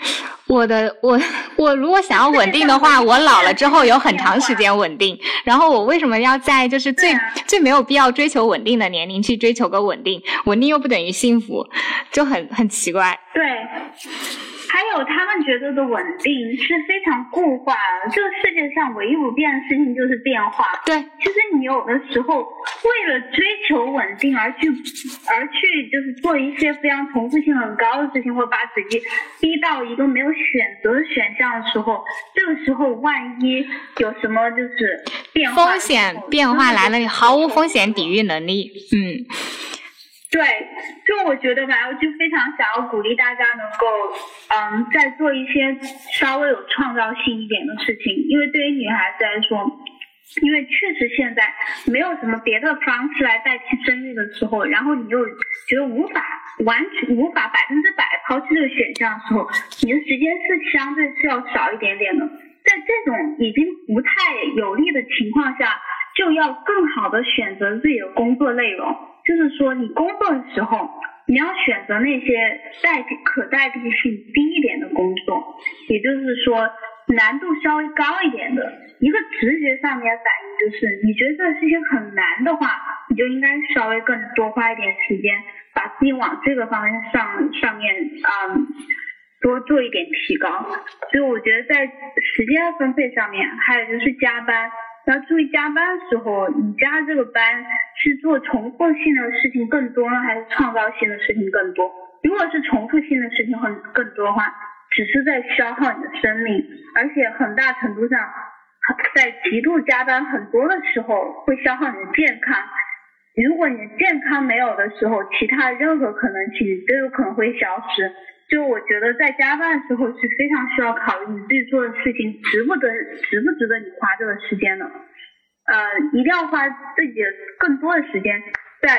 我如果想要稳定的话，我老了之后有很长时间稳定，然后我为什么要在就是最没有必要追求稳定的年龄去追求个稳定又不等于幸福，就很奇怪。 对，还有他们觉得的稳定是非常固化的，这个世界上唯一不变的事情就是变化。 对， 其实你有的时候为了追求稳定而去就是做一些非常重复性很高的事情，或把自己逼到一个没有选择的选项的时候，这个时候万一有什么就是变化风险变化来了，你毫无风险抵御能力。 对，就我觉得吧，我就非常想要鼓励大家能够再做一些稍微有创造性一点的事情，因为对于女孩子来说，因为确实现在没有什么别的方式来代替生育的时候，然后你又觉得无法100%抛弃这个选项的时候，你的时间是相对是要少一点点的。在这种已经不太有利的情况下，就要更好的选择自己的工作内容。就是说你工作的时候，你要选择那些可代替性低一点的工作，也就是说难度稍微高一点的。一个直觉上面的反应就是你觉得这个事情很难的话，你就应该稍微更多花一点时间把自己往这个方面上面多做一点提高。所以我觉得在时间分配上面，还有就是加班，要注意加班的时候，你加这个班是做重复性的事情更多呢，还是创造性的事情更多？如果是重复性的事情更多的话，只是在消耗你的生命，而且很大程度上在极度加班很多的时候会消耗你的健康。如果你的健康没有的时候，其他任何可能性都有可能会消失。就我觉得在加班的时候是非常需要考虑你自己做的事情值不值得你花这个时间的。一定要花自己的更多的时间在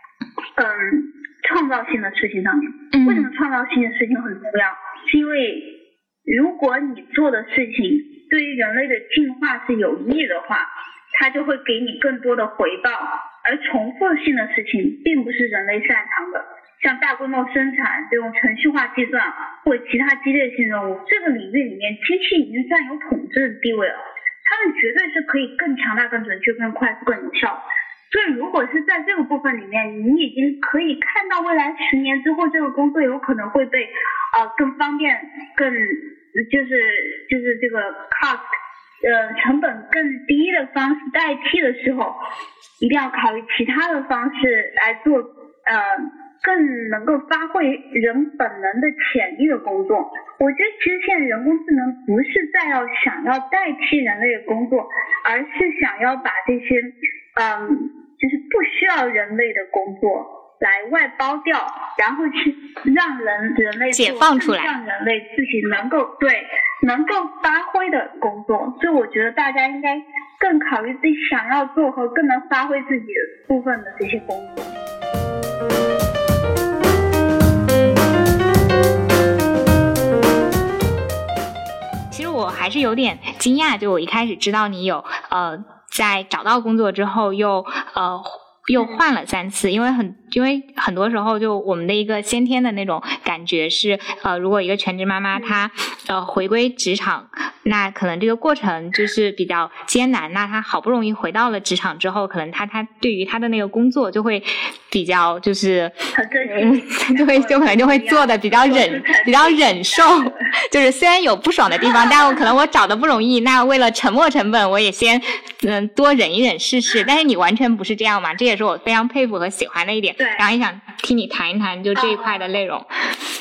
创造性的事情上面。为什么创造性的事情很重要？是因为如果你做的事情对于人类的进化是有益的话，它就会给你更多的回报。而重复性的事情并不是人类擅长的，像大规模生产这种程序化计算或其他机械性任务，这个领域里面机器已经占有统治的地位了，他们绝对是可以更强大、更准确、更快速、更有效。所以如果是在这个部分里面，你已经可以看到未来10年之后这个工作有可能会被更方便、更就是这个 cost成本更低的方式代替的时候，一定要考虑其他的方式来做更能够发挥人本能的潜力的工作。我觉得其实现在人工智能不是想要代替人类的工作，而是想要把这些就是不需要人类的工作来外包掉，然后去让人类解放出来， 让人类自己能够发挥的工作。所以我觉得大家应该更考虑自己想要做和更能发挥自己的部分的这些工作。 其实我还是有点惊讶，就我一开始知道你有在找到工作之后又换了3次，因为很多时候就我们的一个先天的那种感觉是如果一个全职妈妈她回归职场，那可能这个过程就是比较艰难，那她好不容易回到了职场之后，可能她对于她的那个工作就会比较就是就可能就会做的比较忍受，就是虽然有不爽的地方，但可能我找的不容易，那为了沉没成本我也先多忍一忍试试。但是你完全不是这样嘛，这也是我非常佩服和喜欢的一点。然后也想听你谈一谈就这一块的内容。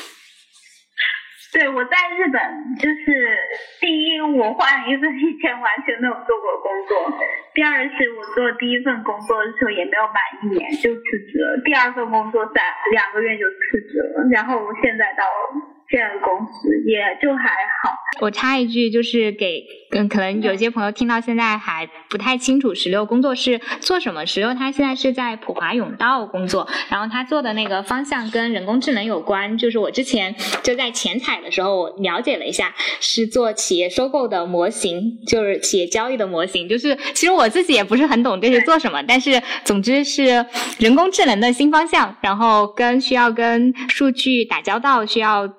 对，我在日本就是第一，我换了一份以前完全没有做过的工作；第二是我做第一份工作的时候也没有满1年就辞职了，第二份工作在2个月就辞职了，然后我现在到现在的公司也就还好。 我插一句，就是可能有些朋友听到现在还不太清楚16工作是做什么。16他现在是在普华永道工作，然后他做的那个方向跟人工智能有关，就是我之前就在前采的时候我了解了一下，是做企业收购的模型，就是企业交易的模型，就是其实我自己也不是很懂这是做什么，但是总之是人工智能的新方向，然后需要跟数据打交道，需要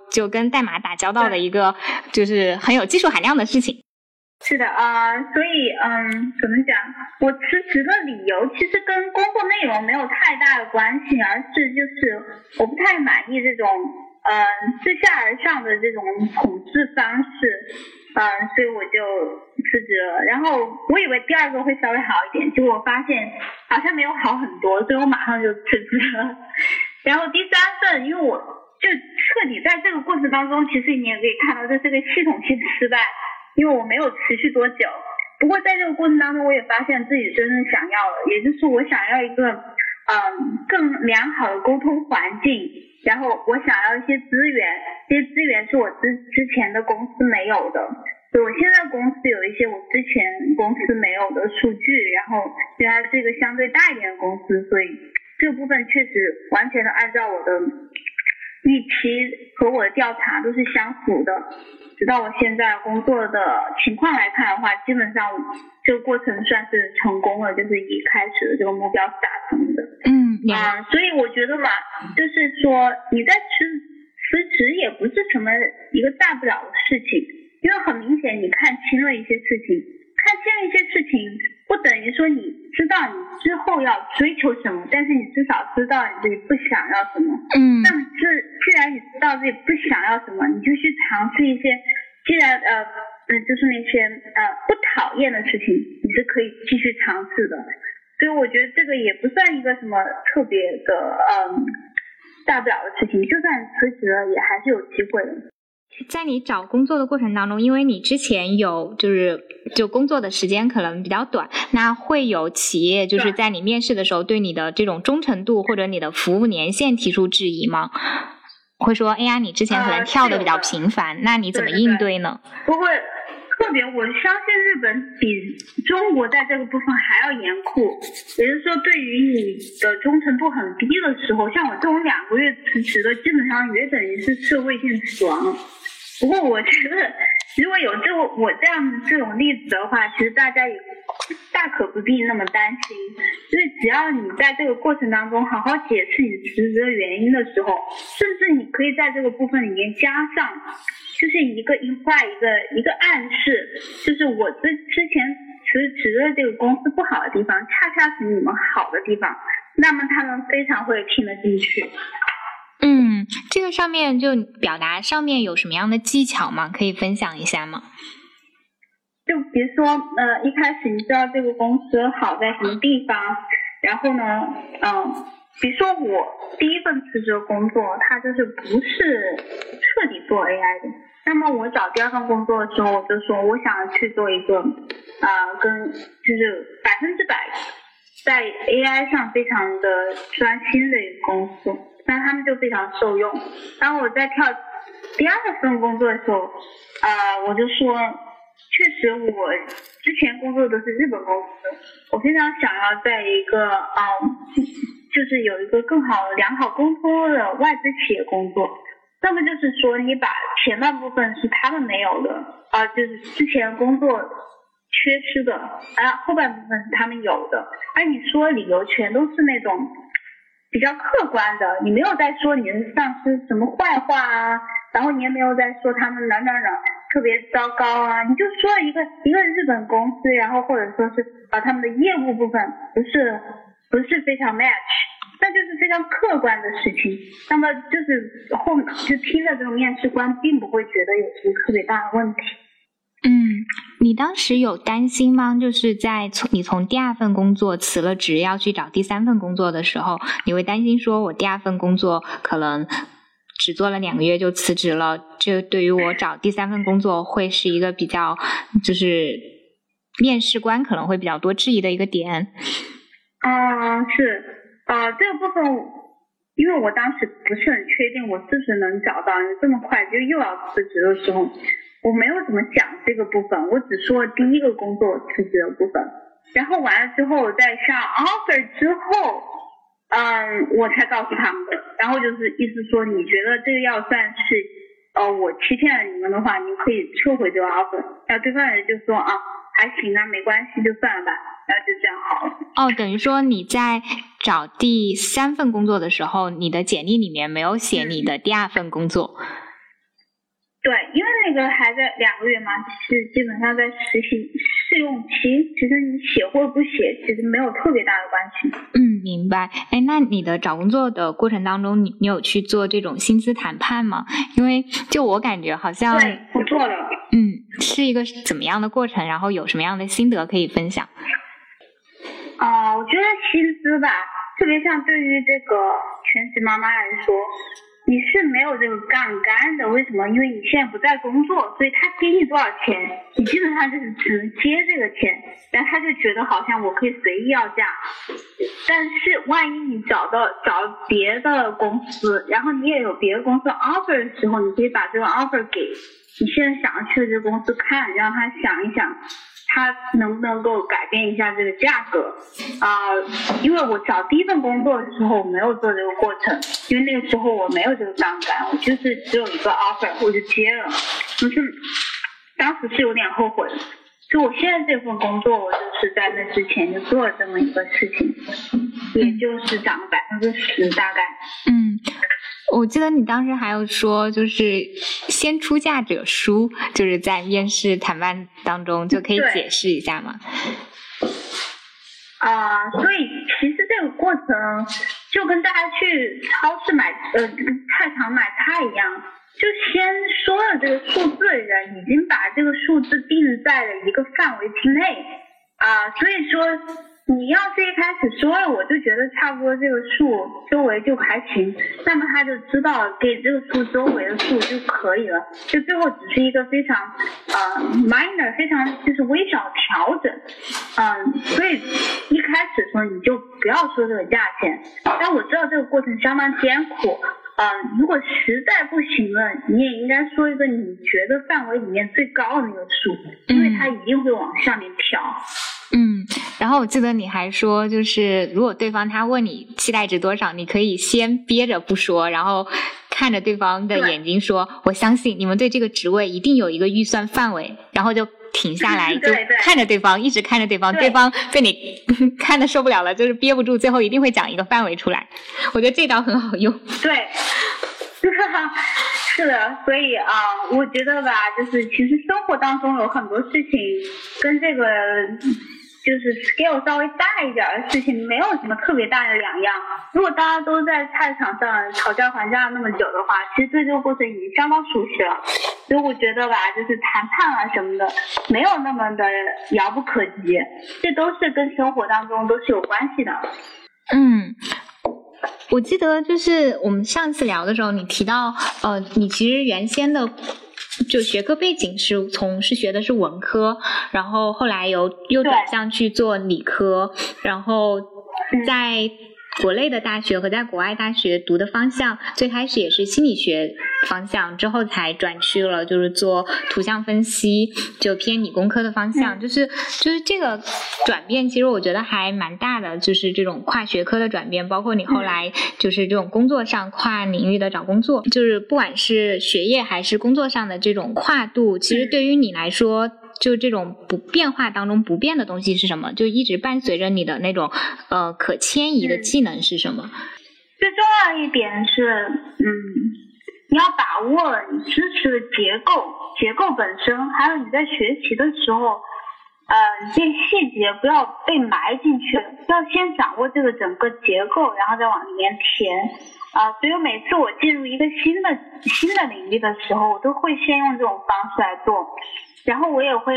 就跟代码打交道的一个就是很有技术含量的事情。 是的所以怎么讲，我辞职的理由其实跟工作内容没有太大的关系，而是就是我不太满意这种自下而上的这种统治方式，所以我就辞职了。然后我以为第二个会稍微好一点，结果我发现好像没有好很多，所以我马上就辞职了。然后第三份，因为我就彻底在这个过程当中，其实你也可以看到这是个系统性的失败，因为我没有持续多久。不过在这个过程当中，我也发现自己真正想要的，也就是我想要一个更良好的沟通环境，然后我想要一些资源，这些资源是我之前的公司没有的，所以我现在公司有一些我之前公司没有的数据，然后因为它是一个相对大一点的公司，所以这个部分确实完全的按照我的预期和我的调查都是相符的。直到我现在工作的情况来看的话，基本上这个过程算是成功了，就是一开始的这个目标是达成的。所以我觉得嘛，就是说你在辞职也不是什么一个大不了的事情，因为很明显你看清了一些事情，不等于说你知道你之后要追求什么，但是你至少知道你自己不想要什么。那么既然你知道自己不想要什么，你就去尝试一些，既然就是那些不讨厌的事情，你是可以继续尝试的。所以我觉得这个也不算一个什么特别的大不了的事情，就算辞职了也还是有机会的。 在你找工作的过程当中，因为你之前就工作的时间可能比较短，那会有企业就是在你面试的时候对你的这种忠诚度或者你的服务年限提出质疑吗？会说哎呀你之前可能跳的比较频繁，那你怎么应对呢？ 不会，特别我相信日本比中国在这个部分还要严酷，也就是说对于你的忠诚度很低的时候，像我这种2个月辞职的，基本上也等于是社会性死亡。不过我觉得如果有我这种例子的话，其实大家也大可不必那么担心，就是只要你在这个过程当中好好解释你辞职的原因的时候，甚至你可以在这个部分里面加上就是一个 imply 一个暗示，就是我之前辞职的这个公司不好的地方恰恰是你们好的地方，那么他们非常会听得进去。 这个上面就表达上面有什么样的技巧吗？可以分享一下吗？ 就比如说一开始你知道这个公司好在什么地方，然后呢比如说我第一份辞职的工作它就是不是彻底做 AI 的，那么我找第二份工作的时候我就说我想要去做一个跟就是100%在 AI 上非常的专心的一个公司，那他们就非常受用。然后我在跳第二份工作的时候我就说确实我之前工作都是日本公司，我非常想要在一个就是有一个更好良好沟通的外资企业工作，那么就是说你把前半部分是他们没有的就是之前工作缺失的后半部分是他们有的，而你说理由全都是那种比较客观的，你没有在说你的上司什么坏话然后你也没有在说他们哪特别糟糕你就说一个日本公司，然后或者说是他们的业务部分不是非常 match， 那就是非常客观的事情，那么就是就听着这个面试官并不会觉得有什么特别大的问题。 你当时有担心吗？就是在你从第二份工作辞了职要去找第三份工作的时候，你会担心说我第二份工作可能只做了2个月就辞职了，这对于我找第三份工作会是一个比较就是面试官可能会比较多质疑的一个点。 是这个部分因为我当时不是很确定我是不是能找到，这么快就又要辞职的时候我没有怎么讲这个部分，我只说第一个工作辞职的部分，然后完了之后在上 offer 之后我才告诉他们的，然后就是意思说你觉得这个要算是我欺骗了你们的话，你可以撤回这个 offer， 然后对方人就说还行没关系就算了吧，然后就这样好了。 等于说你在找第3份工作的时候，你的简历里面没有写你的第2份工作。 对，因为那个还在2个月嘛，是基本上在实习试用期，其实你写或不写其实没有特别大的关系。 明白。那你的找工作的过程当中，你有去做这种薪资谈判吗？因为就我感觉好像对，我做了。 是一个怎么样的过程，然后有什么样的心得可以分享？ 我觉得薪资吧，特别像对于这个全职妈妈来说，你是没有这个杠杆的。为什么？因为你现在不在工作，所以他给你多少钱，你基本上就是只能接这个钱，然后他就觉得好像我可以随意要价。但是万一你找别的公司，然后你也有别的公司 offer 的时候，你可以把这个 offer 给你现在想要去的这个公司看，让他想一想他能不能够改变一下这个价格。因为我找第一份工作的时候我没有做这个过程，因为那个时候我没有这个杠杆，我就是只有一个 offer 我就接了，当时是有点后悔的。所以我现在这份工作，我就是在那之前就做了这么一个事情，也就是涨了10%大概。 我记得你当时还有说，就是先出价者输，就是在面试谈判当中就可以解释一下吗？ 所以其实这个过程就跟大家去超市菜场买菜一样，就先说了这个数字的人已经把这个数字定在了一个范围之内所以说你要是一开始说了我就觉得差不多这个数周围就还行，那么他就知道给这个数周围的数就可以了，就最后只是一个非常minor 非常就是微小的调整。所以一开始的时候你就不要说这个价钱，但我知道这个过程相当艰苦。如果实在不行了，你也应该说一个你觉得范围里面最高的那个数，因为它一定会往上面调。 然后我记得你还说，就是如果对方他问你期待值多少，你可以先憋着不说，然后看着对方的眼睛说，我相信你们对这个职位一定有一个预算范围，然后就停下来，就看着对方，一直看着对方，对方被你看得受不了了，就是憋不住，最后一定会讲一个范围出来。我觉得这招很好用。 对，是的，所以我觉得吧，就是其实生活当中有很多事情跟这个就是 scale 稍微大一点的事情没有什么特别大的两样。如果大家都在菜场上讨价还价那么久的话，其实对这个过程已经相当熟悉了。所以我觉得吧，就是谈判什么的没有那么的遥不可及，这都是跟生活当中都是有关系的。 我记得就是我们上次聊的时候，你提到你其实原先的就学科背景是学的是文科，然后后来又转向去做理科，然后在国内的大学和在国外大学读的方向，最开始也是心理学方向，之后才转去了就是做图像分析，就偏理工科的方向。就是这个转变其实我觉得还蛮大的，就是这种跨学科的转变，包括你后来就是这种工作上跨领域的找工作，就是不管是学业还是工作上的这种跨度，其实对于你来说就这种不变化当中不变的东西是什么？就一直伴随着你的那种可迁移的技能是什么？ 最重要一点是你要把握你知识的结构本身，还有你在学习的时候这细节不要被埋进去，要先掌握这个整个结构，然后再往里面填所以每次我进入一个新的领域的时候，我都会先用这种方式来做，然后我也会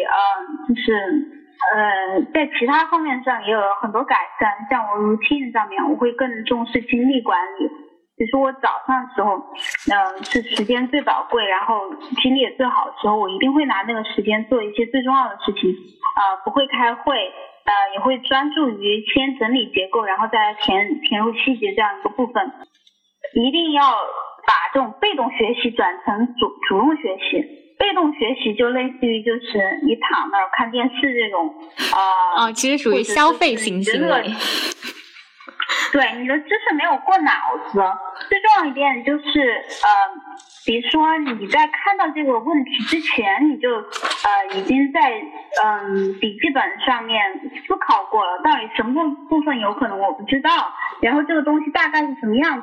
在其他方面上也有很多改善，像我 routine 上面我会更重视精力管理，比如说我早上的时候是时间最宝贵，然后精力也最好的时候，我一定会拿那个时间做一些最重要的事情不会开会也会专注于先整理结构，然后再填入细节这样一个部分。一定要把这种被动学习转成主动学习。被动学习就类似于就是你躺那儿看电视这种其实属于消费型行为。 对，你的知识没有过脑子。最重要一点就是比如说你在看到这个问题之前，你就已经在笔记本上面思考过了，到底什么部分有可能我不知道，然后这个东西大概是什么样子的，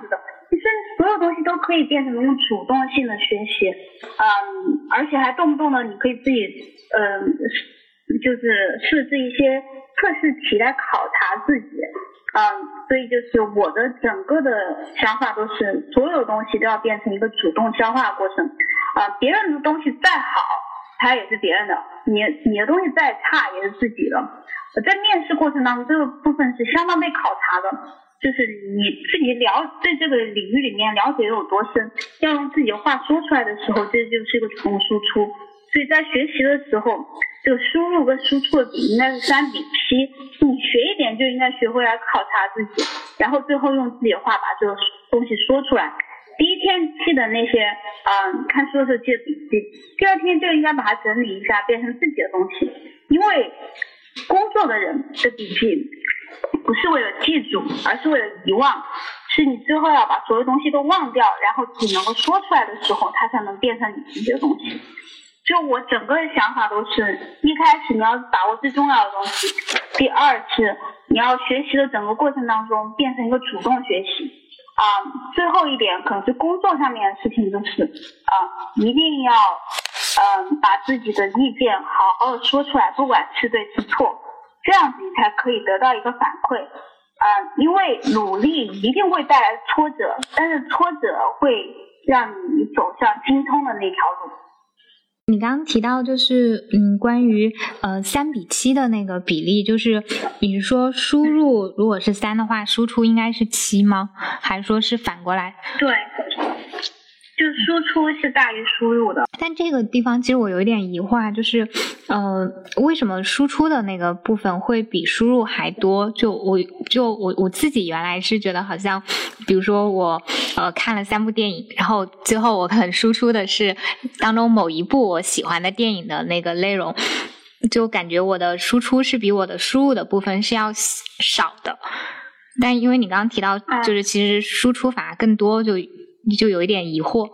其实所有东西都可以变成一种主动性的学习，而且还动不动的你可以自己就是设置一些测试题来考察自己，所以就是我的整个的想法都是所有东西都要变成一个主动消化的过程，别人的东西再好它也是别人的，你的东西再差也是自己的。在面试过程当中这个部分是相当被考察的，就是你自己对这个领域里面了解有多深，要用自己的话说出来的时候，这就是一个主动输出。所以在学习的时候，这个输入跟输出的比应该是3:7，你学一点就应该学会来考察自己，然后最后用自己的话把这个东西说出来。第一天记的那些看书的时候记的笔记，第二天就应该把它整理一下变成自己的东西，因为工作的人的笔记不是为了记住，而是为了遗忘，是你最后要把所有东西都忘掉，然后自己能够说出来的时候，它才能变成你自己的东西。就我整个的想法都是，一开始你要把握最重要的东西，第二是你要学习的整个过程当中变成一个主动学习，最后一点可能是工作上面的事情，就是一定要把自己的意见好好的说出来，不管是对是错，这样子你才可以得到一个反馈。因为努力一定会带来挫折，但是挫折会让你走向精通的那条路。 你刚刚提到就是关于3:7的那个比例，就是你说输入如果是3的话，输出应该是7吗？还是说是反过来？ 对，就输出是大于输入的。 但这个地方其实我有一点疑惑，就是为什么输出的那个部分会比输入还多？我自己原来是觉得好像，比如说我看了3部电影，然后最后我可能输出的是当中某一部我喜欢的电影的那个内容，就感觉我的输出是比我的输入的部分是要少的。但因为你刚刚提到就是其实输出反而更多，就有一点疑惑。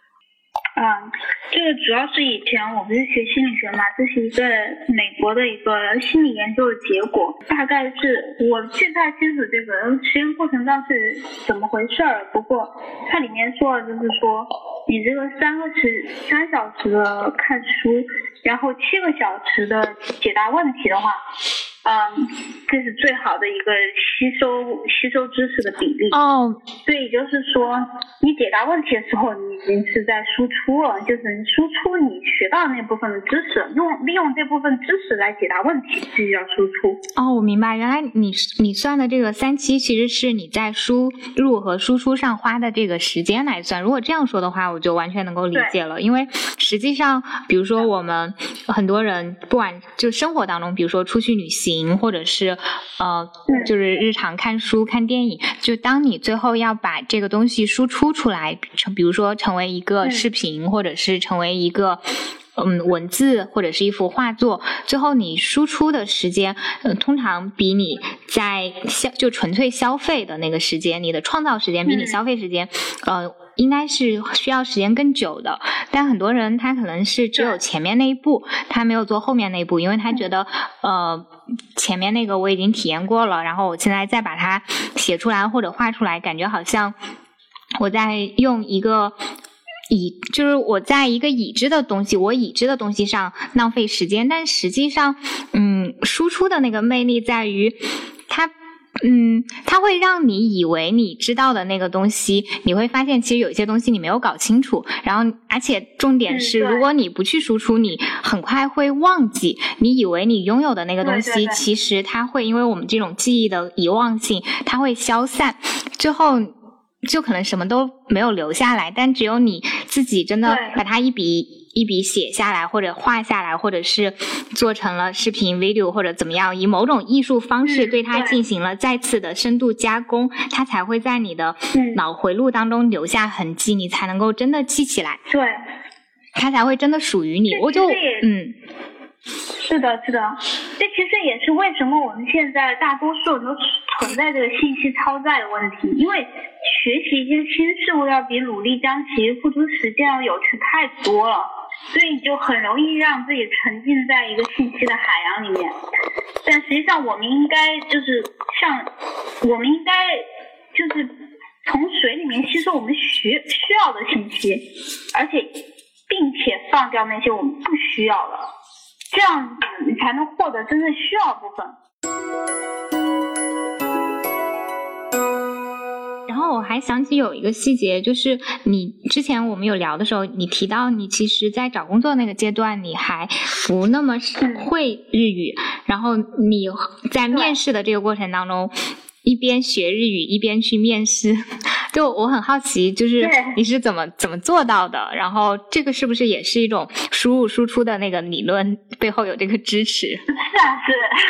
这个主要是以前我不是学心理学嘛，这是一个美国的一个心理研究的结果，大概是我记不太清楚这个实验过程上是怎么回事儿，不过它里面说的就是说，你这个3小时的看书，然后7个小时的解答问题的话，这是最好的一个吸收知识的比例。所以就是说，你解答问题的时候，你已经是在输出了，就是输出你学到的那部分的知识，利用这部分知识来解答问题，这就叫输出。 我明白，原来你算的这个3:7其实是你在输入和输出上花的这个时间来算。如果这样说的话，我就完全能够理解了。因为实际上，比如说我们很多人，不管就生活当中，比如说出去旅行，或者是就是日常看书、看电影，就当你最后要把这个东西输出出来，比如说成为一个视频，或者是成为一个文字或者是一幅画作，最后你输出的时间通常比你在就纯粹消费的那个时间，你的创造时间比你消费时间应该是需要时间更久的。但很多人他可能是只有前面那一步，他没有做后面那一步，因为他觉得前面那个我已经体验过了，然后我现在再把它写出来或者画出来，感觉好像我在用一个就是我在一个已知的东西上浪费时间。但实际上输出的那个魅力在于它会让你以为你知道的那个东西，你会发现其实有些东西你没有搞清楚，然后而且重点是如果你不去输出，你很快会忘记你以为你拥有的那个东西，其实它会因为我们这种记忆的遗忘性，它会消散，最后就可能什么都没有留下来。但只有你自己真的把它一笔一笔写下来，或者画下来，或者是做成了视频 video 或者怎么样，以某种艺术方式对它进行了再次的深度加工，它才会在你的脑回路当中留下痕迹，你才能够真的记起来， 对， 它才会真的属于你。我是的，这其实也是为什么我们现在大多数人都存在这个信息超载的问题，因为学习一件新事物要比努力将其付诸实践要有趣太多了，所以就很容易让自己沉浸在一个信息的海洋里面。但实际上我们应该从水里面吸收我们需要的信息，而且并且放掉那些我们不需要的，这样子你才能获得真正需要的部分。 然后我还想起有一个细节，就是你之前我们有聊的时候，你提到你其实在找工作那个阶段你还不那么会日语，然后你在面试的这个过程当中一边学日语一边去面试，就我很好奇，就是你是怎么做到的？然后这个是不是也是一种输入输出的那个理论背后有这个支持？ 是啊，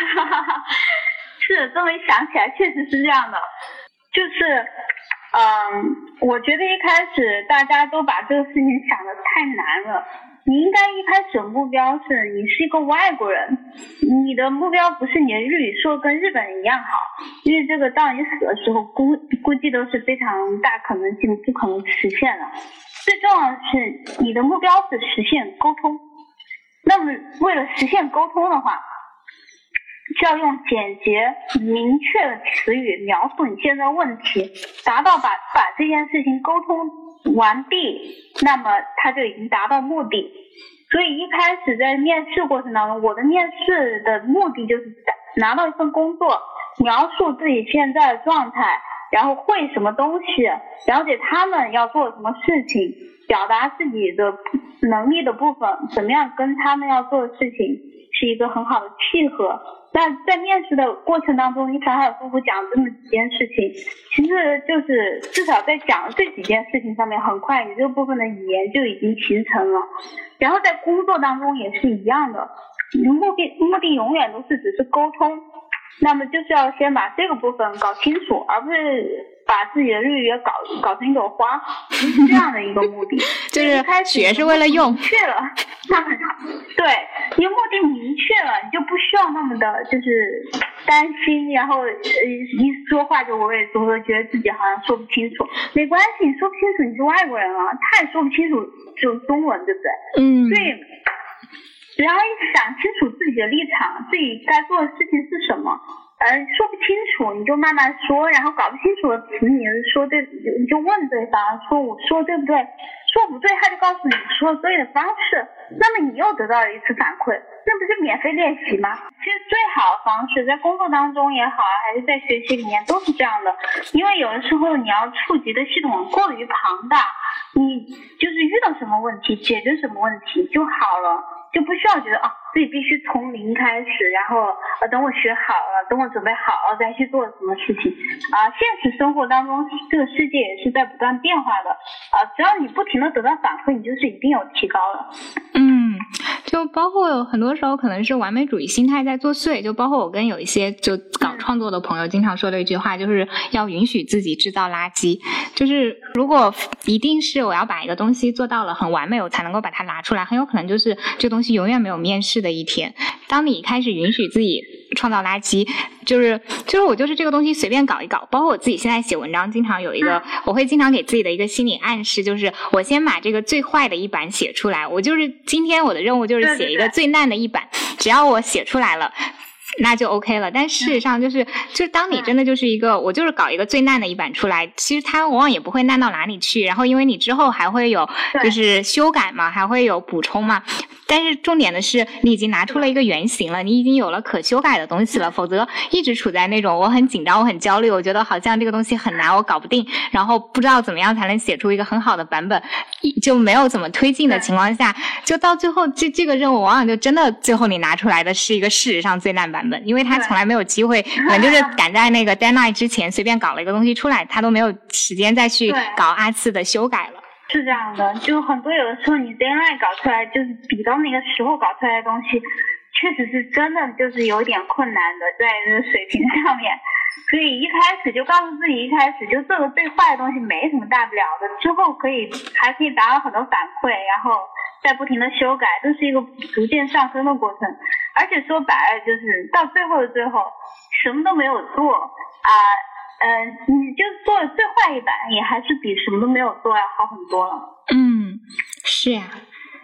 是这么一想起来确实是这样的，就是我觉得一开始大家都把这个事情想得太难了。你应该一开始的目标是你是一个外国人，你的目标不是你的日语说跟日本人一样好，因为这个到你死的时候估计都是非常大可能性不可能实现的。最重要的是你的目标是实现沟通，那么为了实现沟通的话，就要用简洁明确的词语描述你现在的问题，达到把这件事情沟通完毕，那么它就已经达到目的。所以一开始在面试过程当中，我的面试的目的就是拿到一份工作，描述自己现在的状态，然后会什么东西，了解他们要做什么事情，表达自己的能力的部分，怎么样跟他们要做的事情是一个很好的契合。那在面试的过程当中，你反反复复讲这么几件事情，其实就是至少在讲这几件事情上面，很快你这个部分的语言就已经形成了。然后在工作当中也是一样的，你的目的永远都是只是沟通，那么就是要先把这个部分搞清楚，而不是把自己的日语也搞成一朵花，是这样的一个目的。 就是学是为了用。 明确了，那么对，你目的明确了，你就不需要那么的就是担心，然后一说话就畏畏缩缩，觉得自己好像说不清楚。没关系，你说不清楚你是外国人了，他也说不清楚这种中文，对不对？所以只要一想清楚自己的立场，自己该做的事情是什么，说不清楚你就慢慢说，然后搞不清楚的词你说对，你就问对方，说我说对不对？说不对，他就告诉你说对的方式，那么你又得到了一次反馈，那不是免费练习吗？其实最好的方式在工作当中也好，还是在学习里面都是这样的，因为有的时候你要触及的系统过于庞大，你就是遇到什么问题解决什么问题就好了，就不需要觉得自己必须从零开始，然后等我学好了，等我准备好了再去做什么事情现实生活当中这个世界也是在不断变化的只要你不停的得到反馈，你就是一定有提高的。 就包括有很多时候可能是完美主义心态在作祟，就包括我跟有一些就搞创作的朋友经常说的一句话，就是要允许自己制造垃圾。就是如果一定是我要把一个东西做到了很完美我才能够把它拿出来，很有可能就是这个东西永远没有面试的一天。当你开始允许自己创造垃圾，就是我就是这个东西随便搞一搞，包括我自己现在写文章经常有一个我会经常给自己的一个心理暗示，就是我先把这个最坏的一版写出来，我就是今天我的任务就是写一个最烂的一版，只要我写出来了那就 OK 了。但事实上就是当你真的就是一个我就是搞一个最烂的一版出来，其实它往往也不会烂到哪里去，然后因为你之后还会有就是修改嘛，还会有补充嘛，但是重点的是你已经拿出了一个原型了，你已经有了可修改的东西了，否则一直处在那种我很紧张我很焦虑，我觉得好像这个东西很难我搞不定，然后不知道怎么样才能写出一个很好的版本，就没有怎么推进的情况下，就到最后这个任务往往就真的最后你拿出来的是一个事实上最烂版本，因为他从来没有机会，可能就是赶在那个 deadline 之前随便搞了一个东西出来，他都没有时间再去搞2次的修改了。 是这样的，就很多有的时候你 deadline 搞出来，就是比到那个时候搞出来的东西，确实是真的就是有点困难的，在这个水平上面。所以一开始就告诉自己，一开始就这个最坏的东西没什么大不了的，之后还可以达到很多反馈，然后再不停的修改，都是一个逐渐上升的过程。而且说白了，就是到最后的最后，什么都没有做你就做最坏一版，也还是比什么都没有做要好很多了。 是呀。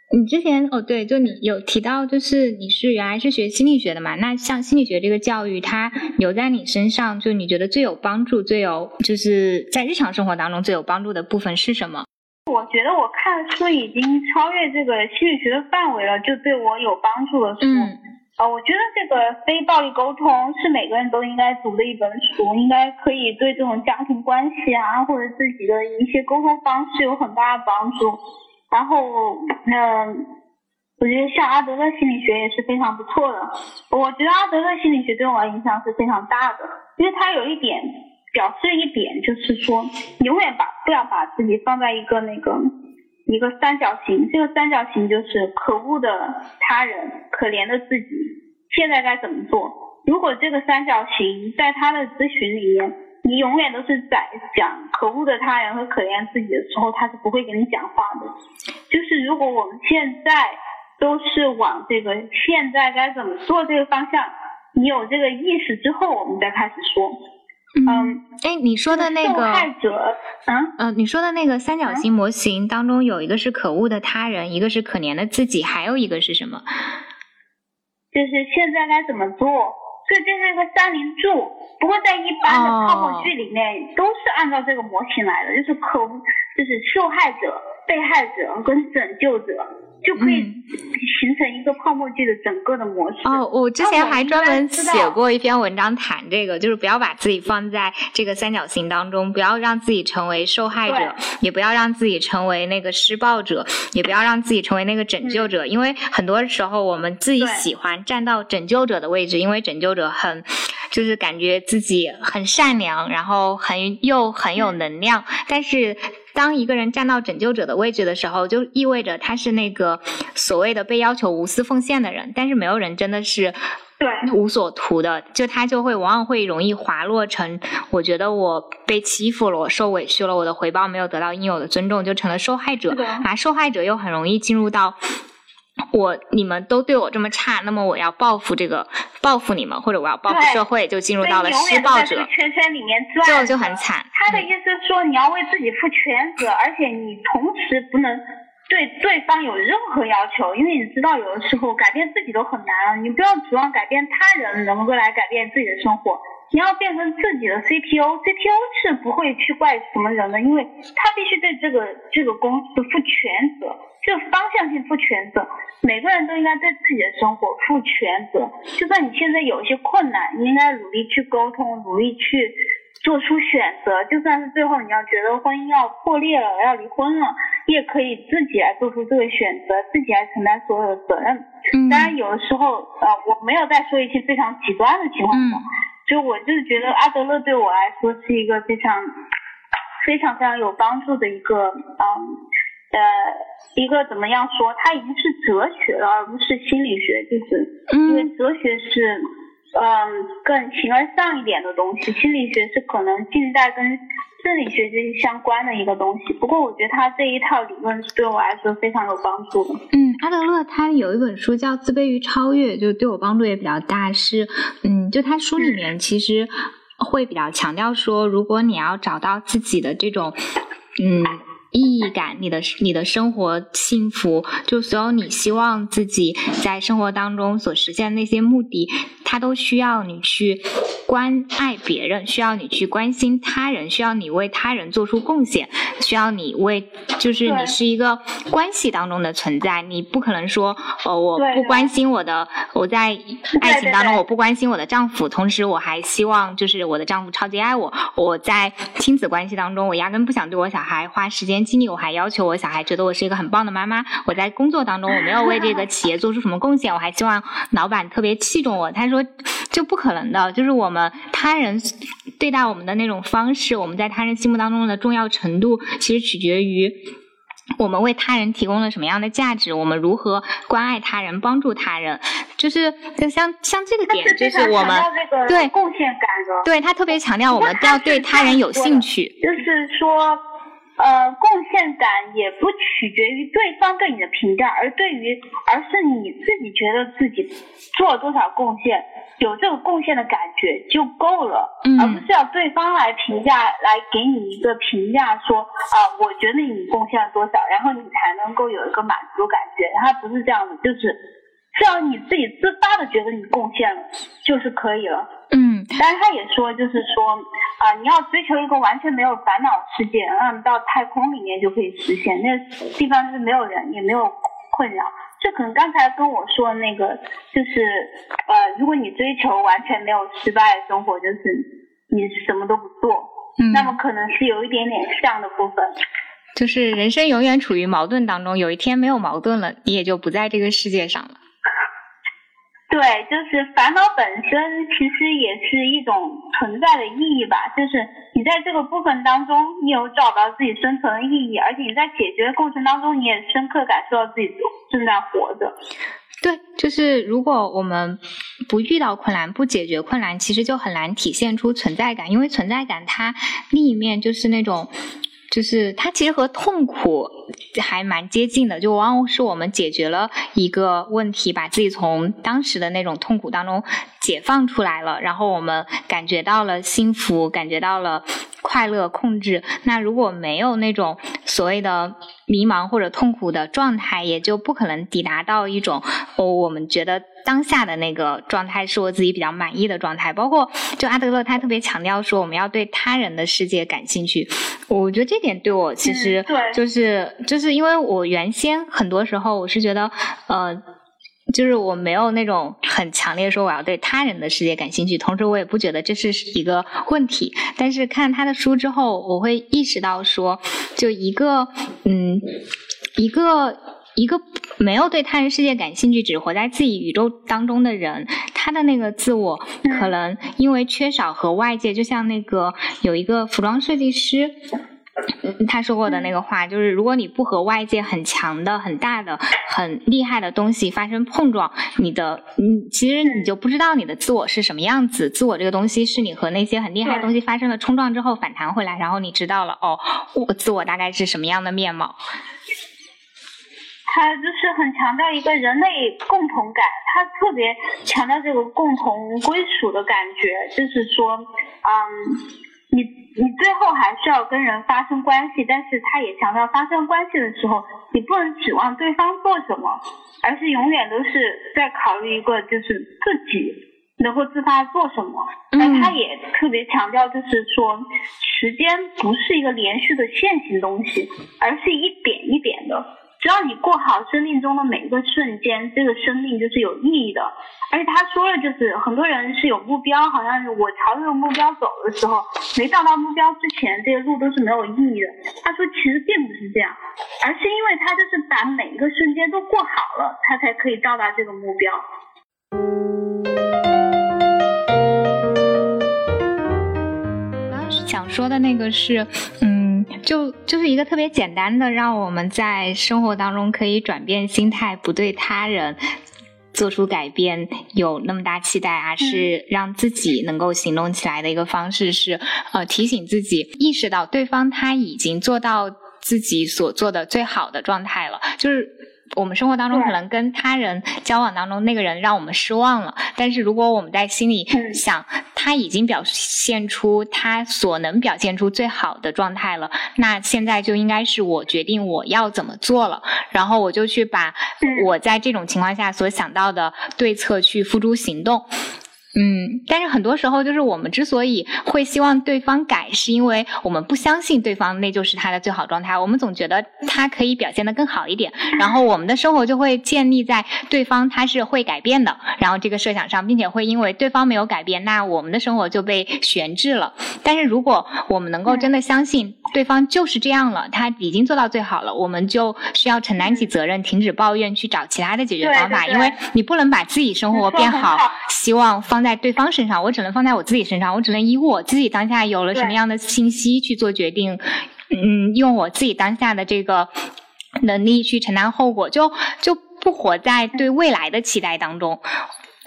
你之前对，就你有提到，就是你原来是学心理学的嘛？那像心理学这个教育，它留在你身上，就你觉得最有帮助、就是在日常生活当中最有帮助的部分是什么？ 我觉得我看的书已经超越这个心理学的范围了，就对我有帮助的书。我觉得这个非暴力沟通是每个人都应该读的一本书，应该可以对这种家庭关系啊，或者自己的一些沟通方式有很大的帮助。然后我觉得像阿德勒心理学也是非常不错的。我觉得阿德勒心理学对我影响是非常大的，因为它有一点表示一点，就是说永远不要把自己放在一个三角形，这个三角形就是可恶的他人，可怜的自己，现在该怎么做。如果这个三角形在他的咨询里面，你永远都是在讲可恶的他人和可怜自己的时候，他是不会跟你讲话的。就是如果我们现在都是往这个现在该怎么做这个方向，你有这个意识之后，我们再开始说。 你说的那个受害者， 你说的那个三角形模型当中有一个是可恶的他人，一个是可怜的自己，还有一个是什么？ 就是现在该怎么做。所以这是一个三棱柱，不过在一般的泡沫剧里面都是按照这个模型来的，就是受害者、被害者跟拯救者，就可以形成一个泡沫剧的整个的模式。 我之前还专门写过一篇文章谈这个，就是不要把自己放在这个三角形当中，不要让自己成为受害者，也不要让自己成为那个施暴者，也不要让自己成为那个拯救者。因为很多时候我们自己喜欢站到拯救者的位置，因为拯救者就是感觉自己很善良，然后很有能量，但是当一个人站到拯救者的位置的时候，就意味着他是那个所谓的被要求无私奉献的人，但是没有人真的是无所图的，就他就往往会容易滑落成我觉得我被欺负了，我受委屈了，我的回报没有得到应有的尊重，就成了受害者。受害者又很容易进入到你们都对我这么差，那么我要报复你们，或者我要报复社会，就进入到了施暴者圈圈里面转， 就很惨。 他的意思是说，你要为自己负全责，而且你同时不能对对方有任何要求，因为你知道有的时候改变自己都很难了，你不要指望改变他人能够来改变自己的生活，你要变成自己的 CTO 是不会去怪什么人的，因为他必须对这个公司负全责，这个方向性负全责，每个人都应该对自己的生活负全责。就算你现在有一些困难，你应该努力去沟通，努力去做出选择，就算是最后你要觉得婚姻要破裂了，要离婚了，你也可以自己来做出这个选择，自己来承担所有的责任。当然有的时候我没有在说一些非常极端的情况下，就我就是觉得阿德勒对我来说是一个非常非常非常有帮助的一个一个怎么样说，它已经是哲学了，而不是心理学，就是因为哲学是更形而上一点的东西，心理学是可能近代跟生理学这些相关的一个东西。不过我觉得他这一套理论是对我来说非常有帮助的。 阿德勒他有一本书叫《自卑与超越》，就对我帮助也比较大，是就他书里面其实会比较强调说，如果你要找到自己的这种意义感，你的生活幸福，就所有你希望自己在生活当中所实现的那些目的，它都需要你去关爱别人，需要你去关心他人，需要你为他人做出贡献，需要你就是你是一个关系当中的存在，你不可能说我不关心我在爱情当中我不关心我的丈夫，同时我还希望就是我的丈夫超级爱我在亲子关系当中我压根不想对我小孩花时间精力，我还要求我小孩觉得我是一个很棒的妈妈，我在工作当中我没有为这个企业做出什么贡献，我还希望老板特别器重我。他说这不可能的，就是我们他人对待我们的那种方式，我们在他人心目当中的重要程度，其实取决于我们为他人提供了什么样的价值，我们如何关爱他人，帮助他人，就像这个点，就是我们对贡献感的， 对他特别强调我们要对他人有兴趣， 就是说贡献感也不取决于对方对你的评价，而是你自己觉得自己做了多少贡献，有这个贡献的感觉就够了，而不是要对方来评价，来给你一个评价说我觉得你贡献了多少，然后你才能够有一个满足感觉。它不是这样的，就是只要你自己自发的觉得你贡献了就是可以了。但是他也说，就是说你要追求一个完全没有烦恼的世界，让你到太空里面就可以实现，那地方是没有人也没有困扰。这可能刚才跟我说的那个就是如果你追求完全没有失败的生活，就是你什么都不做，那么可能是有一点点像的部分， 就是人生永远处于矛盾当中，有一天没有矛盾了，你也就不在这个世界上了。 对，就是烦恼本身其实也是一种存在的意义吧，就是你在这个部分当中你有找到自己生存的意义，而且你在解决的过程当中你也深刻感受到自己正在活着。 对，就是如果我们不遇到困难，不解决困难，其实就很难体现出存在感，因为存在感它另一面就是那种就是它其实和痛苦还蛮接近的，就往往是我们解决了一个问题，把自己从当时的那种痛苦当中解放出来了，然后我们感觉到了幸福，感觉到了快乐控制。那如果没有那种所谓的迷茫或者痛苦的状态，也就不可能抵达到一种我们觉得当下的那个状态是我自己比较满意的状态。包括就阿德勒他特别强调说我们要对他人的世界感兴趣，我觉得这点对我其实就是因为我原先很多时候我是觉得就是我没有那种很强烈说我要对他人的世界感兴趣，同时我也不觉得这是一个问题。但是看他的书之后，我会意识到说，就一个没有对他人世界感兴趣，只活在自己宇宙当中的人，他的那个自我可能因为缺少和外界，就像那个有一个服装设计师他说过的那个话，就是如果你不和外界很强的很大的很厉害的东西发生碰撞，其实你就不知道你的自我是什么样子。自我这个东西是你和那些很厉害的东西发生了冲撞之后反弹回来，然后你知道了我自我大概是什么样的面貌。 他就是很强调一个人类共同感，他特别强调这个共同归属的感觉，就是说你最后还是要跟人发生关系，但是他也强调发生关系的时候你不能指望对方做什么，而是永远都是在考虑一个就是自己能够自发做什么。那他也特别强调就是说时间不是一个连续的线性东西，而是一点一点的，只要你过好生命中的每一个瞬间，这个生命就是有意义的。而且他说了，就是很多人是有目标，好像是我朝这个目标走的时候，没到达目标之前这些路都是没有意义的。他说其实并不是这样，而是因为他就是把每一个瞬间都过好了，他才可以到达这个目标。 想说的那个是就是一个特别简单的让我们在生活当中可以转变心态，不对他人做出改变有那么大期待，而是让自己能够行动起来的一个方式是提醒自己意识到对方他已经做到自己所做的最好的状态了。就是我们生活当中可能跟他人交往当中那个人让我们失望了，但是如果我们在心里想他已经表现出他所能表现出最好的状态了，那现在就应该是我决定我要怎么做了，然后我就去把我在这种情况下所想到的对策去付诸行动。但是很多时候就是我们之所以会希望对方改，是因为我们不相信对方那就是他的最好状态，我们总觉得他可以表现得更好一点，然后我们的生活就会建立在对方他是会改变的，然后这个设想上，并且会因为对方没有改变，那我们的生活就被悬置了。但是如果我们能够真的相信对方就是这样了，他已经做到最好了，我们就需要承担起责任，停止抱怨，去找其他的解决方法。因为你不能把自己生活变好希望放在对方身上，我只能放在我自己身上，我只能以我自己当下有了什么样的信息去做决定，用我自己当下的这个能力去承担后果，就不活在对未来的期待当中。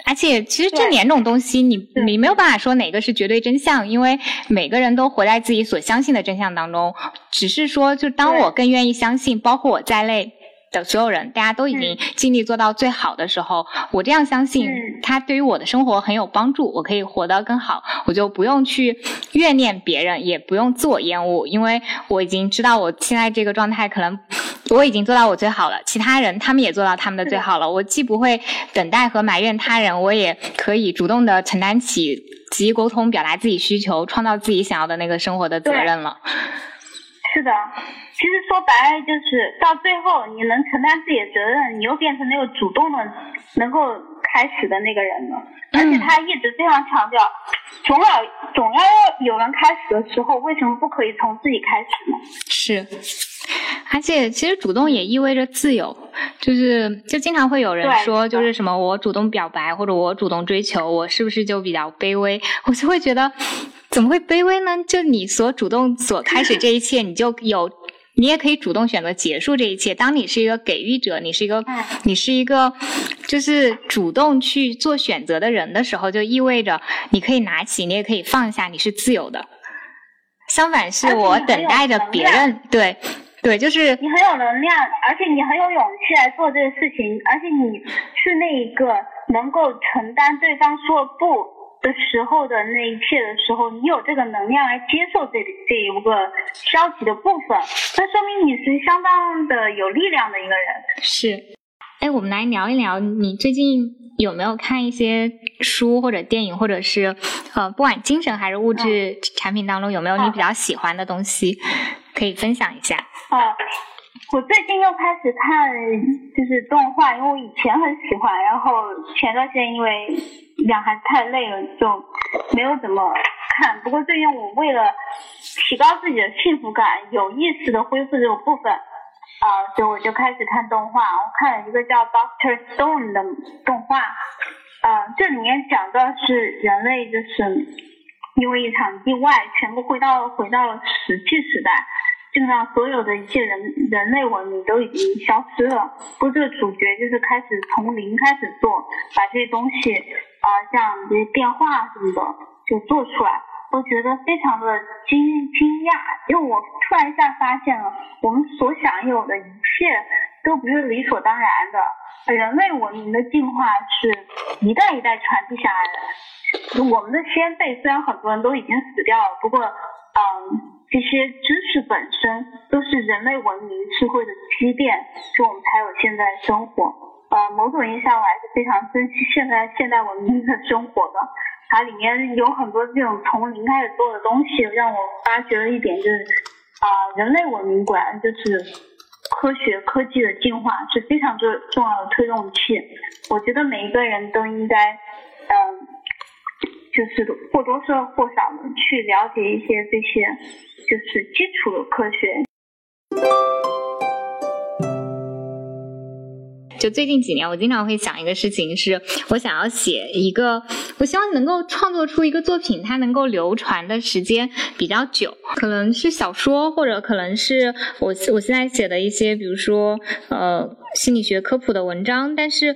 而且其实这两种东西你没有办法说哪个是绝对真相，因为每个人都活在自己所相信的真相当中，只是说就当我更愿意相信，包括我在内的所有人大家都已经尽力做到最好的时候，我这样相信它对于我的生活很有帮助，我可以活得更好，我就不用去怨念别人，也不用自我厌恶，因为我已经知道我现在这个状态可能我已经做到我最好了，其他人他们也做到他们的最好了，我既不会等待和埋怨他人，我也可以主动的承担起积极沟通，表达自己需求，创造自己想要的那个生活的责任了。 是的，其实说白了就是到最后你能承担自己的责任，你又变成那个主动的能够开始的那个人了。而且他一直非常强调总要有人开始的时候，为什么不可以从自己开始呢？ 是，而且其实主动也意味着自由，就经常会有人说就是什么我主动表白或者我主动追求，我是不是就比较卑微，我就会觉得怎么会卑微呢？就你所主动所开始这一切，你也可以主动选择结束这一切。当你是一个给予者，你是一个就是主动去做选择的人的时候，就意味着你可以拿起，你也可以放下，你是自由的。相反是我等待着别人，对，就是你很有能量，而且你很有勇气来做这个事情，而且你是那一个能够承担对方说不的时候的那一切的时候，你有这个能量来接受这一个消极的部分，那说明你是相当的有力量的一个人。 是，我们来聊一聊，你最近有没有看一些书或者电影，或者是不管精神还是物质产品当中，有没有你比较喜欢的东西可以分享一下？ 我最近又开始看就是动画，因为我以前很喜欢，然后前段时间因为养孩子太累了就没有怎么看，不过最近我为了提高自己的幸福感，有意识的恢复这个部分所以我就开始看动画。我看了一个叫 Dr. Stone 的动画，这里面讲的是人类就是因为一场意外全部回到了石器时代，基本上所有的一切人类文明都已经消失了。不过这个主角就是开始从零开始做，把这些东西像这些电话什么的就做出来，我觉得非常的惊讶，因为我突然一下发现了我们所享有的一切都不是理所当然的，人类文明的进化是一代一代传递下来的。我们的先辈虽然很多人都已经死掉了，不过这些知识本身都是人类文明智慧的积淀，所以我们才有现在生活。某种意义上我还是非常珍惜现代文明的生活的。它里面有很多这种从零开始做的东西，让我发觉了一点，就是人类文明果然就是科技的进化是非常重要的推动器。我觉得每一个人都应该就是或多或少的去了解一些这些就是基础的科学。 就最近几年我经常会想一个事情，是我想要写一个，我希望能够创作出一个作品，它能够流传的时间比较久，可能是小说，或者可能是我现在写的一些比如说心理学科普的文章，但是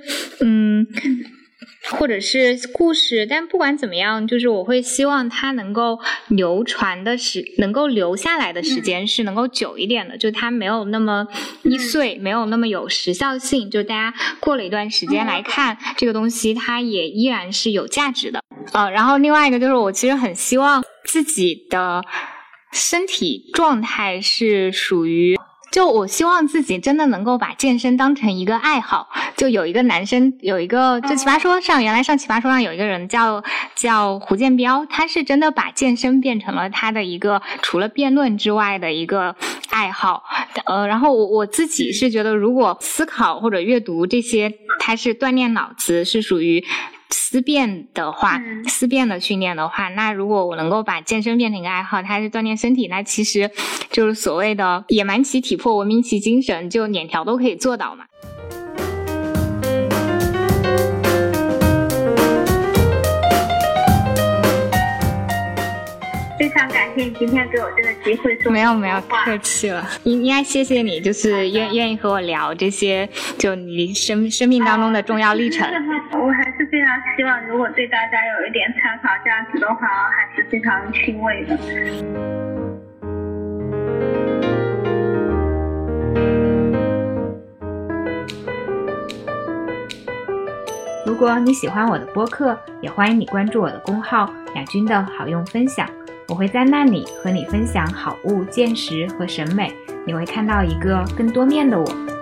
或者是故事，但不管怎么样，就是我会希望它能够能够留下来的时间是能够久一点的，就它没有那么易碎，没有那么有时效性，就大家过了一段时间来看这个东西，它也依然是有价值的。然后另外一个就是我其实很希望自己的身体状态是属于，就我希望自己真的能够把健身当成一个爱好。就有一个男生，有一个就奇葩说上，原来上奇葩说上有一个人叫胡建彪，他是真的把健身变成了他的一个除了辩论之外的一个爱好。然后我自己是觉得，如果思考或者阅读这些，它是锻炼脑子，是属于思辨的话，思辨的训练的话，那如果我能够把健身变成一个爱好，它是锻炼身体，那其实就是所谓的野蛮其体魄，文明其精神，就两条都可以做到嘛。 非常感谢你今天给我这个机会说。 没有客气了，应该谢谢你，就是愿意和我聊这些就你生命当中的重要历程。 我还是非常那希望如果对大家有一点参考价值的话，还是非常欣慰的。 如果你喜欢我的播客，也欢迎你关注我的公号雅君的好用分享，我会在那里和你分享好物、见识和审美，你会看到一个更多面的我。